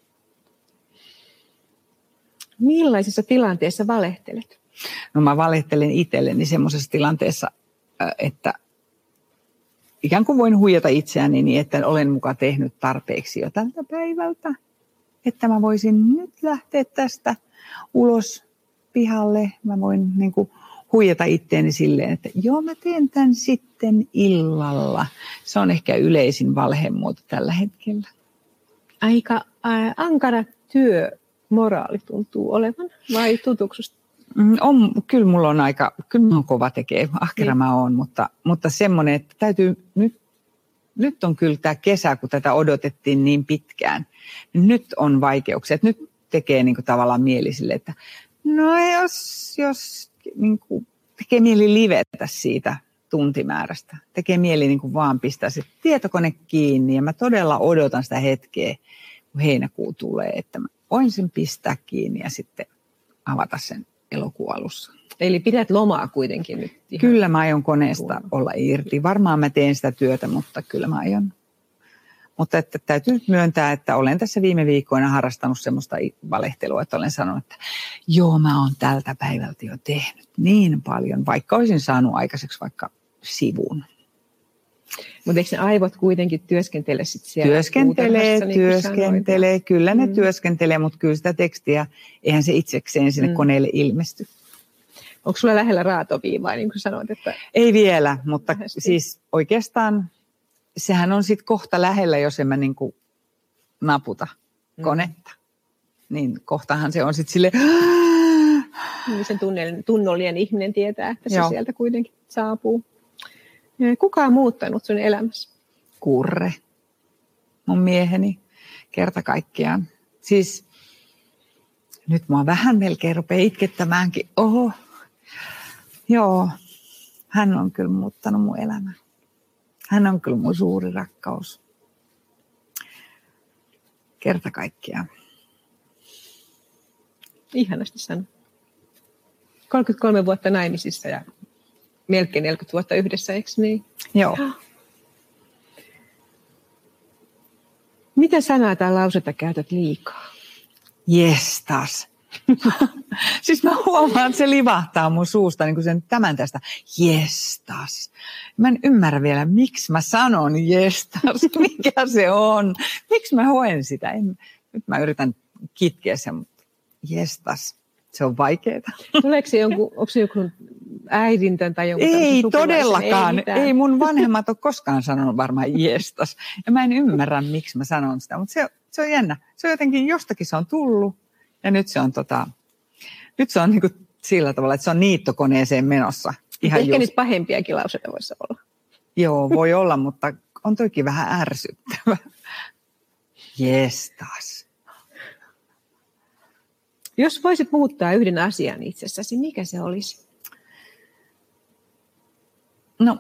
Speaker 1: Millaisissa tilanteissa valehtelet?
Speaker 3: No mä valehtelen itselleni semmoisessa tilanteessa, että ikään kuin voin huijata itseäni niin, että olen muka tehnyt tarpeeksi jo tältä päivältä. Että mä voisin nyt lähteä tästä ulos pihalle. Mä voin niin kuin huijata itteeni silleen, että joo mä teen tämän sitten illalla. Se on ehkä yleisin valhemuoto tällä hetkellä.
Speaker 1: Aika ää, ankara työmoraali tuntuu olevan, vai tutuksusta?
Speaker 3: On, kyllä mulla on aika, kyllä mulla on kova tekee, ahkera mä oon, mutta, mutta semmoinen, että täytyy, nyt, nyt on kyllä tämä kesä, kun tätä odotettiin niin pitkään, niin nyt on vaikeuksia, että nyt tekee niin kuin tavallaan mieli sille, että no jos, jos niin kuin tekee mieli livetä siitä tuntimäärästä, tekee mieli niin kuin vaan pistää se tietokone kiinni ja mä todella odotan sitä hetkeä, kun heinäkuu tulee, että mä voin sen pistää kiinni ja sitten avata sen elokuun alussa.
Speaker 1: Eli pidät lomaa kuitenkin nyt? Ihan
Speaker 3: kyllä mä aion koneesta tuolla olla irti. Varmaan mä teen sitä työtä, mutta kyllä mä aion. Mutta että täytyy nyt myöntää, että olen tässä viime viikkoina harrastanut semmoista valehtelua, että olen sanonut, että joo mä oon tältä päivältä jo tehnyt niin paljon, vaikka olisin saanut aikaiseksi vaikka sivun.
Speaker 1: Mutta eikö ne aivot kuitenkin työskentele sitten siellä?
Speaker 3: Työskentelee, niin työskentelee. Kyllä ne mm. työskentelee, mutta kyllä sitä tekstiä, eihän se itsekseen sinne mm. koneelle ilmesty.
Speaker 1: Onko sulla lähellä raatoviivaa, niin kuin sanoit? Että
Speaker 3: ei vielä, mutta lähesti. Siis oikeastaan sehän on sitten kohta lähellä, jos en mä niin kuin naputa mm. konetta. Niin kohtahan se on sitten silleen
Speaker 1: niin sen tunnollinen ihminen tietää, että se
Speaker 3: Joo.
Speaker 1: sieltä kuitenkin saapuu. Kuka on muuttanut sun elämässä?
Speaker 3: Kurre, mun mieheni, kerta kaikkiaan. Siis nyt mua vähän melkein rupeaa itkettämäänkin. Oho, joo, hän on kyllä muuttanut mun elämän. Hän on kyllä mun suuri rakkaus. Kerta kaikkiaan.
Speaker 1: Ihanasti sanoo. kolmekymmentäkolme vuotta naimisissa ja melkein neljäkymmentä vuotta yhdessä, eikö niin?
Speaker 3: Joo.
Speaker 1: Mitä sanaa tai lausetta käytät liikaa?
Speaker 3: Jestas. Siis mä huomaan, että se livahtaa mun suusta niin kuin sen tämän tästä. Jestas. Mä en ymmärrä vielä, miksi mä sanon jestas. Mikä se on? Miksi mä hoen sitä? En, nyt mä yritän kitkeä sen, mutta jestas. Se on vaikeaa.
Speaker 1: Tuleeko se jonkun, onko se joku äidintän tai jonkun
Speaker 3: ei todellakaan. Ei, ei mun vanhemmat ole koskaan sanonut varmaan jestas. Ja mä en ymmärrä, miksi mä sanon sitä. Mutta se, se on jännä. Se on jotenkin, jostakin se on tullut. Ja nyt se on, tota, nyt se on niin kuin sillä tavalla, että se on niittokoneeseen menossa.
Speaker 1: Ihan ehkä just niitä pahempiakin lauseita voisi olla.
Speaker 3: Joo, voi olla, mutta on toikin vähän ärsyttävä. Jestas.
Speaker 1: Jos voisit muuttaa yhden asian itsessäsi, mikä se olisi?
Speaker 3: No,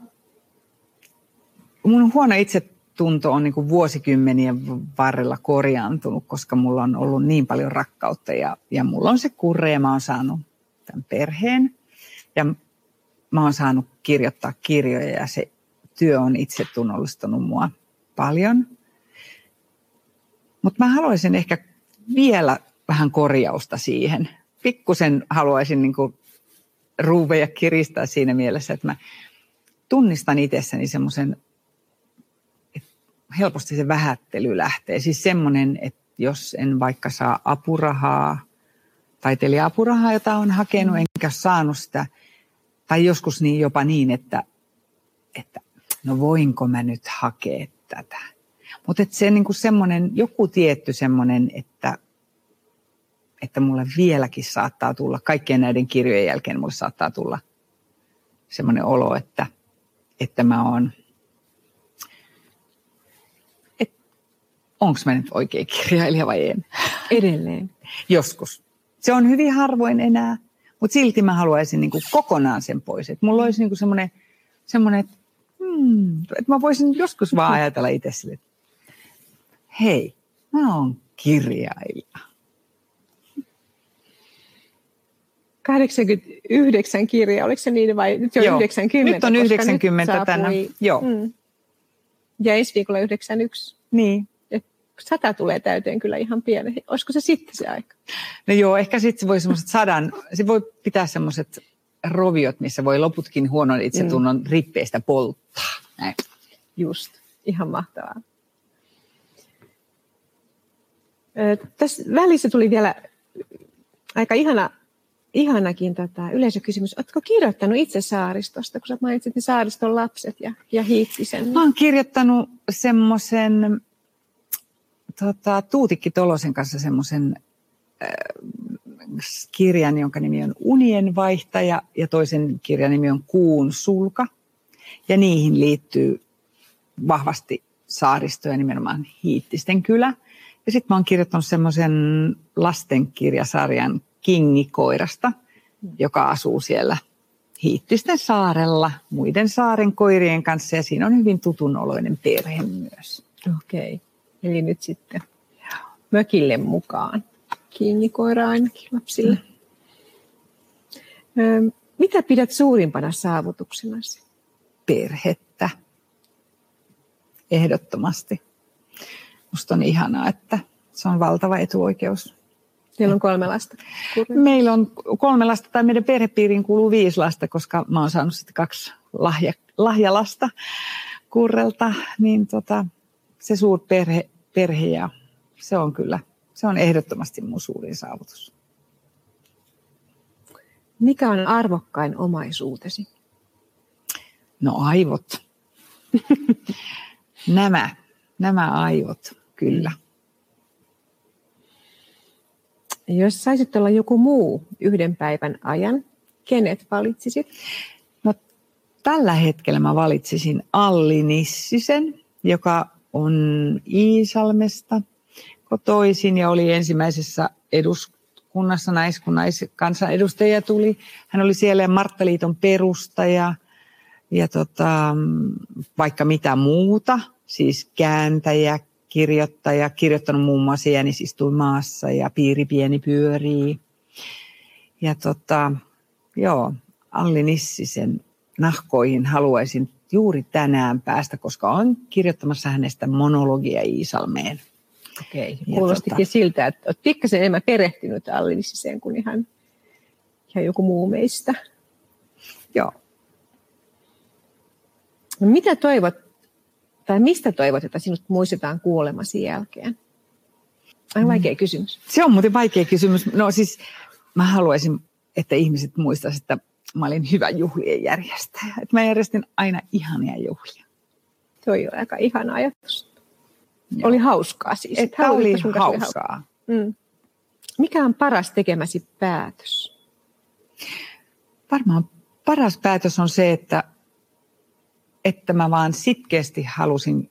Speaker 3: mun huono itsetunto on niin kuin vuosikymmenien varrella korjaantunut, koska mulla on ollut niin paljon rakkautta ja, ja mulla on se kurre ja mä oon saanut tämän perheen ja mä oon saanut kirjoittaa kirjoja ja se työ on itsetunnollistanut mua paljon. Mutta mä haluaisin ehkä vielä vähän korjausta siihen. Pikkusen haluaisin niin kuin ruuveja kiristää siinä mielessä, että mä tunnistan itsessäni semmoisen, että helposti se vähättely lähtee. Siis semmoinen, että jos en vaikka saa apurahaa, taiteilija-apurahaa, jota on hakenut, enkä saanut sitä, tai joskus niin jopa niin, että, että no voinko mä nyt hakea tätä. Mutta se niin kuin semmoinen, joku tietty semmoinen, että että mulle vieläkin saattaa tulla, kaikkien näiden kirjojen jälkeen mulle saattaa tulla semmoinen olo, että, että mä oon, että onko mä nyt oikea kirjailija vai en?
Speaker 1: Edelleen.
Speaker 3: Joskus. Se on hyvin harvoin enää, mutta silti mä haluaisin niin kuin kokonaan sen pois. Että mulla olisi niin kuin semmoinen, semmoinen että, hmm, että mä voisin joskus vaan ajatella itse sille, että hei, mä oon kirjailija.
Speaker 1: kahdeksankymmentäyhdeksän kirjaa, oliko se niin vai nyt jo
Speaker 3: Joo,
Speaker 1: yhdeksänkymmentä?
Speaker 3: Nyt on yhdeksänkymmentä tänään. Joo.
Speaker 1: Mm. Ja ensi viikolla yhdeksänkymmentäyksi.
Speaker 3: Niin.
Speaker 1: Et Sata tulee täyteen kyllä ihan pienen. Olisiko se sitten se aika?
Speaker 3: No joo, ehkä sitten se voi semmoiset sadan, se voi pitää semmoiset roviot, missä voi loputkin huonon itsetunnon mm. rippeistä polttaa. Näin.
Speaker 1: Just, ihan mahtavaa. Tässä välissä tuli vielä aika ihana, ihanakin tota, yleisökysymys. Oletko kirjoittanut itse Saaristosta, kun sä mainitsit ne Saariston lapset ja, ja Hiittisen?
Speaker 3: Mä oon kirjoittanut semmoisen tota, Tuutikki Tolosen kanssa semmoisen äh, kirjan, jonka nimi on Unien vaihtaja ja toisen kirjan nimi on Kuun sulka. Ja niihin liittyy vahvasti Saaristo ja nimenomaan Hiittisten kylä. Ja sitten mä oon kirjoittanut semmoisen lastenkirjasarjan Kingikoirasta, joka asuu siellä Hiittisten saarella muiden saaren koirien kanssa. Ja siinä on hyvin tutunoloinen perhe myös.
Speaker 1: Okei, okay. Eli nyt sitten mökille mukaan. Kingikoira ainakin lapsille. Mm. Mitä pidät suurimpana saavutuksenasi?
Speaker 3: Perhettä. Ehdottomasti. Musta on ihanaa, että se on valtava etuoikeus.
Speaker 1: Teillä on kolme lasta?
Speaker 3: Kurrella. Meillä on kolme lasta, tai meidän perhepiiriin kuuluu viisi lasta, koska mä oon saanut sitten kaksi lahja, lahjalasta Kurrelta. Niin tota, se suurperhe perhe ja se on kyllä, se on ehdottomasti mun suurin saavutus.
Speaker 1: Mikä on arvokkain omaisuutesi?
Speaker 3: No aivot. nämä, nämä aivot, kyllä.
Speaker 1: Jos saisit olla joku muu yhden päivän ajan, kenet valitsisit?
Speaker 3: No, tällä hetkellä mä valitsisin Alli Nissisen, joka on Iisalmesta kotoisin ja oli ensimmäisessä eduskunnassa nais, kun naiskansanedustaja tuli. Hän oli siellä Marttaliiton perustaja ja tota, vaikka mitä muuta, siis kääntäjä, kirjoittaja, kirjoittanut muun muassa Jänis istui maassa ja Piiri pieni pyörii. Ja tota, joo, Alli Nissisen nahkoihin haluaisin juuri tänään päästä, koska olen kirjoittamassa hänestä monologia Iisalmeen.
Speaker 1: Okei, kuulostikin tota, siltä, että olet pikkasen enemmän perehtynyt Alli Nissiseen kuin ihan, ihan joku muu meistä.
Speaker 3: Joo.
Speaker 1: No, mitä toivot, tai mistä toivot, että sinut muistetaan kuolemasi jälkeen? Aina vaikea kysymys.
Speaker 3: Se on muuten vaikea kysymys. No siis mä haluaisin, että ihmiset muistaisivat, että mä olin hyvä juhlien järjestäjä. Että mä järjestin aina ihania juhlia.
Speaker 1: Toi on aika ihana ajatus. Joo. Oli hauskaa siis.
Speaker 3: Että oli hauskaa.
Speaker 1: Mm. Mikä on paras tekemäsi päätös?
Speaker 3: Varmaan paras päätös on se, että, että mä vaan sitkeästi halusin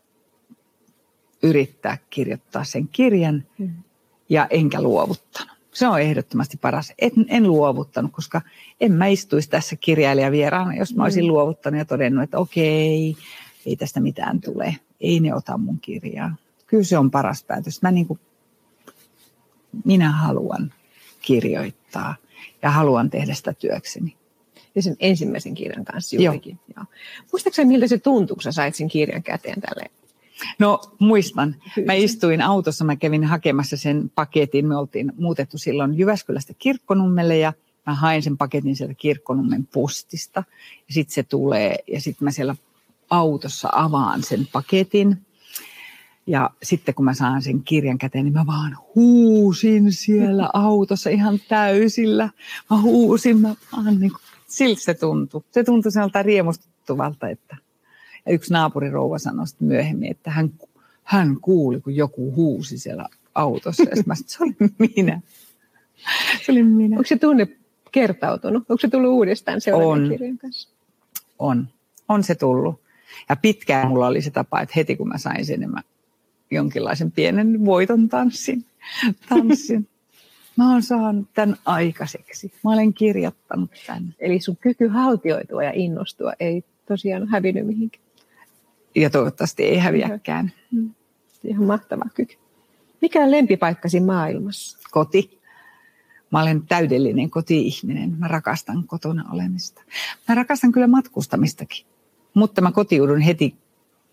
Speaker 3: yrittää kirjoittaa sen kirjan mm. ja enkä luovuttanut. Se on ehdottomasti paras. En, en luovuttanut, koska en mä istuisi tässä kirjailijavieraana, jos mä olisin mm. luovuttanut ja todennut, että okei, ei tästä mitään tule. Ei ne ota mun kirjaa. Kyllä se on paras päätös. Mä, niin kuin, minä haluan kirjoittaa ja haluan tehdä sitä työkseni.
Speaker 1: Ja sen ensimmäisen kirjan kanssa juurikin. Joo. Muistatko miltä se tuntui, kun sä sait sen kirjan käteen tälleen?
Speaker 3: No muistan. Mä istuin autossa, mä kävin hakemassa sen paketin. Me oltiin muutettu silloin Jyväskylästä Kirkkonummelle ja mä hain sen paketin sieltä Kirkkonummen postista. Ja sitten se tulee ja sitten mä siellä autossa avaan sen paketin. Ja sitten kun mä saan sen kirjan käteen, niin mä vaan huusin siellä autossa ihan täysillä. Mä huusin, mä vaan niin kuin, siltä se tuntui. Se tuntui sieltä riemustuttavalta, että ja yksi naapurirouva sanoi sitten myöhemmin, että hän, hän kuuli, kun joku huusi siellä autossa. Ja mä sanoin, se oli minä. Se oli minä.
Speaker 1: Onko se tunne kertautunut? Onko se tullut uudestaan seuraavan kirjan kanssa?
Speaker 3: On. On se tullut. Ja pitkään mulla oli se tapa, että heti kun mä sain sen, niin mä jonkinlaisen pienen voiton tanssin. tanssin. Mä oon saanut tämän aikaiseksi. Mä olen kirjoittanut tämän.
Speaker 1: Eli sun kyky haltioitua ja innostua ei tosiaan hävinnyt mihinkään.
Speaker 3: Ja toivottavasti ei häviäkään.
Speaker 1: Mm. Ihan mahtava kyky. Mikä on lempipaikkasi maailmassa?
Speaker 3: Koti. Mä olen täydellinen koti-ihminen. Mä rakastan kotona olemista. Mä rakastan kyllä matkustamistakin. Mutta mä kotiudun heti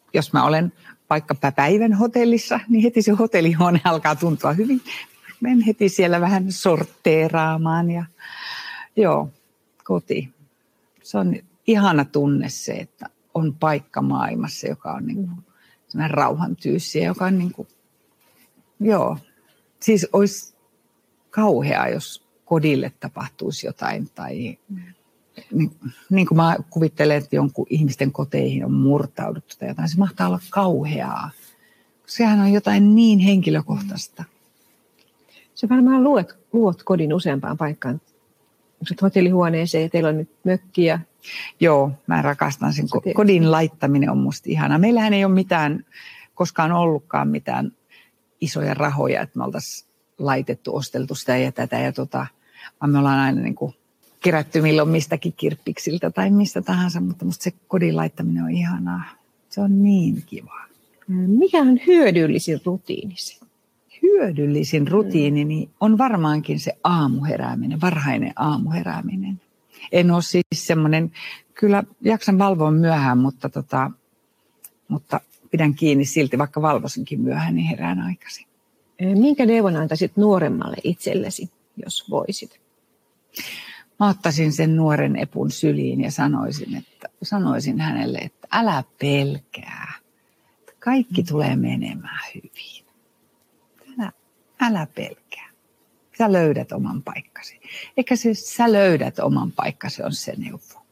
Speaker 3: jos mä olen vaikkapa päivän hotellissa, niin heti se hotellihuone alkaa tuntua hyvin. Menen heti siellä vähän sortteeraamaan ja joo, koti. Se on ihana tunne se, että on paikka maailmassa, joka on niin kuin sellainen rauhantyyssiä, joka on niin kuin, joo. Siis olisi kauheaa, jos kodille tapahtuisi jotain tai niin, niin kuin mä kuvittelen, että jonkun ihmisten koteihin on murtauduttu tai jotain. Se mahtaa olla kauheaa. Sehän on jotain niin henkilökohtaista.
Speaker 1: Se varmaan luot, luot kodin useampaan paikkaan. Onko hotellihuoneeseen ja teillä on nyt mökkiä?
Speaker 3: Joo, mä rakastan sen. Kodin laittaminen on musta ihanaa. Meillähän ei ole mitään, koskaan ollutkaan mitään isoja rahoja, että me oltaisiin laitettu, osteltu sitä ja tätä ja tota, vaan me ollaan aina niin kuin kerätty milloin mistäkin kirppiksiltä tai mistä tahansa, mutta musta se kodin laittaminen on ihanaa. Se on niin kivaa.
Speaker 1: Mikä on hyödyllisin rutiinisi?
Speaker 3: Hyödyllisin rutiinini on varmaankin se aamuherääminen, varhainen aamuherääminen. En ole siis semmoinen, kyllä jaksan valvoa myöhään, mutta, tota, mutta pidän kiinni silti, vaikka valvoisinkin myöhään, niin herään aikaisin.
Speaker 1: Minkä neuvon antaisit nuoremmalle itsellesi, jos voisit?
Speaker 3: Mä ottaisin sen nuoren Epun syliin ja sanoisin, että, sanoisin hänelle, että älä pelkää. Kaikki tulee menemään hyvin. Älä, älä pelkää. Sä löydät oman paikkasi. Eikä se sä löydät oman paikkasi on se neuvo.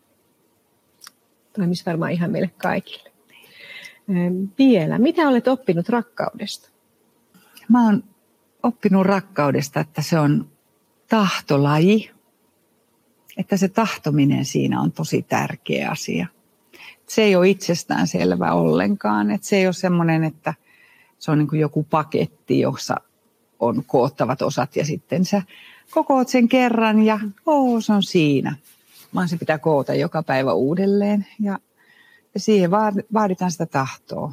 Speaker 1: Toimisi varmaan ihan meille kaikille. Vielä, mitä olet oppinut rakkaudesta?
Speaker 3: Mä oon oppinut rakkaudesta, että se on tahtolaji. Että se tahtominen siinä on tosi tärkeä asia. Se ei ole itsestään selvä ollenkaan. Että se ei ole semmoinen, että se on niin kuin joku paketti, jossa on koottavat osat ja sitten sä kokoat sen kerran ja oo, se on siinä. Vaan se pitää koota joka päivä uudelleen ja, ja siihen vaaditaan sitä tahtoa.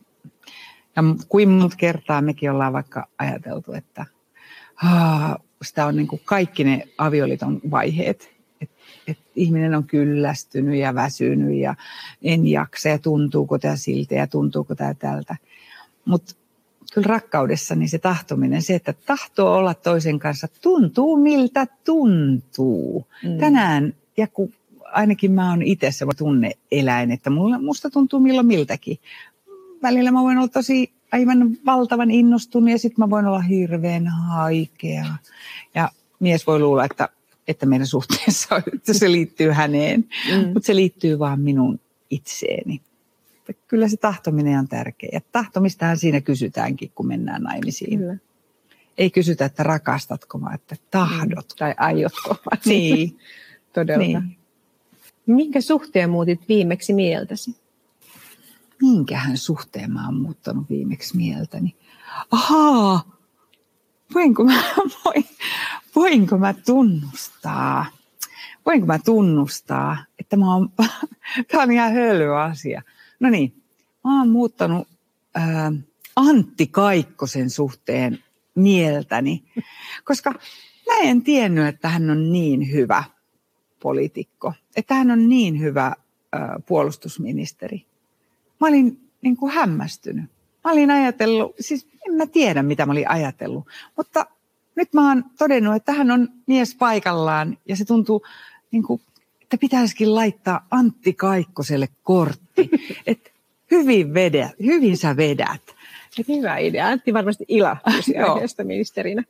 Speaker 3: Ja kuin monta kertaa mekin ollaan vaikka ajateltu, että haa, sitä on niin kuin kaikki ne avioliiton vaiheet. Että et ihminen on kyllästynyt ja väsynyt ja en jaksa ja tuntuuko tämä siltä ja tuntuuko tämä tältä. Mutta kyllä rakkaudessa niin se tahtominen, se, että tahtoo olla toisen kanssa, tuntuu miltä tuntuu. Mm. Tänään, ja kun ainakin mä oon itse se tunne-eläin, että mulla, musta tuntuu milloin miltäkin. Välillä mä voin olla tosi aivan valtavan innostunut ja sitten mä voin olla hirveän haikea. Ja mies voi luulla, että, että meidän suhteessa että se liittyy häneen, mm. mutta se liittyy vaan minun itseeni. Kyllä se tahtominen on tärkeä. Ja tahtomistahan siinä kysytäänkin, kun mennään naimisiin. Kyllä. Ei kysytä, että rakastatko, vaan että tahdot.
Speaker 1: Mm. Tai aiotko.
Speaker 3: Niin.
Speaker 1: Todella. Niin. Minkä suhteen muutit viimeksi mieltäsi?
Speaker 3: Minkähän suhteen mä oon muuttanut viimeksi mieltäni? Ahaa! Voinko mä, voin, voinko mä tunnustaa? Voinko mä tunnustaa, että mä oon, tää on ihan hölmö asia. No niin, mä oon muuttanut ää, Antti Kaikkosen suhteen mieltäni, koska mä en tiennyt, että hän on niin hyvä poliitikko, että hän on niin hyvä ää, puolustusministeri. Mä olin niin kuin hämmästynyt. Mä olin ajatellut, siis en mä tiedä mitä mä olin ajatellut, mutta nyt mä oon todennut, että hän on mies paikallaan ja se tuntuu niin kuin, että pitäisikin laittaa Antti Kaikkoselle kortti. Että hyvin, vedä, hyvin sä vedät.
Speaker 1: Hyvä idea. Antti varmasti ilahtuisi aiheesta ministerinä.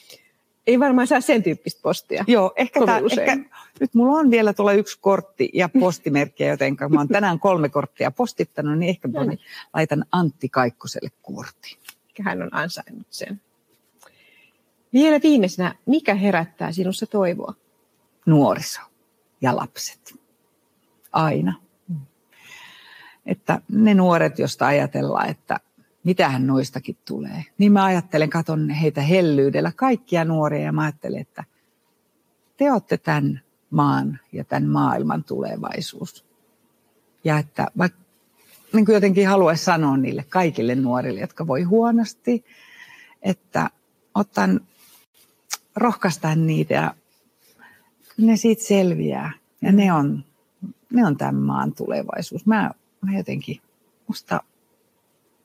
Speaker 1: Ei varmaan saa sen tyyppistä postia.
Speaker 3: Joo, ehkä, tää, ehkä nyt mulla on vielä tuolla yksi kortti ja postimerkkiä, joten mä oon tänään kolme korttia postittanut, niin ehkä mä laitan Antti Kaikkoselle kortin.
Speaker 1: Hän on ansainnut sen. Vielä viimeisenä, mikä herättää sinussa toivoa?
Speaker 3: Nuoriso ja lapset. Aina. Mm. Että ne nuoret, joista ajatellaan, että mitähän noistakin tulee. Niin mä ajattelen, katon heitä hellyydellä, kaikkia nuoria, ja mä ajattelen, että te olette tämän maan ja tämän maailman tulevaisuus. Ja että vaikka niin kuin jotenkin haluaisi sanoa niille kaikille nuorille, jotka voi huonosti, että otan, rohkaistaan niitä ja ne siitä selviää. Ja ne on, ne on tämän maan tulevaisuus. Mä, mä jotenkin, musta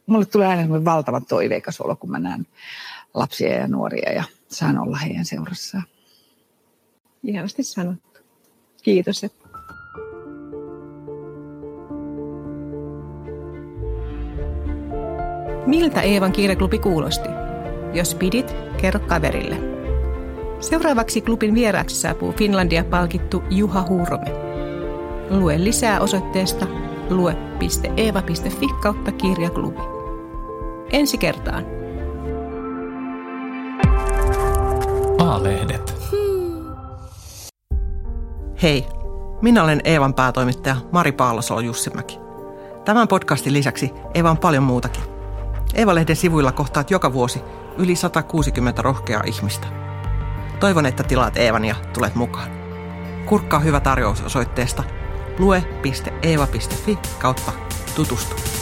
Speaker 3: mulle tulee aina semmoinen valtavan toiveikas olo, kun mä näen lapsia ja nuoria ja saan olla heidän seurassaan.
Speaker 1: Ihanasti sanottu. Kiitos.
Speaker 2: Miltä Eevan kirjaklubi kuulosti? Jos pidit, kerro kaverille. Seuraavaksi klubin vieraaksi saapuu Finlandia-palkittu Juha Hurme. Lue lisää osoitteesta lue piste eeva piste fi kautta kirjaklubi. Ensi kertaan.
Speaker 4: A-lehdet.
Speaker 5: Hei, minä olen Eevan päätoimittaja Mari Paalosolo-Jussimäki. Tämän podcastin lisäksi Eeva on paljon muutakin. Eeva-lehden sivuilla kohtaat joka vuosi yli sata kuusikymmentä rohkeaa ihmistä. Toivon, että tilaat Eevan ja tulet mukaan. Kurkkaa hyvä tarjous osoitteesta lue piste eeva piste fi kautta tutustu.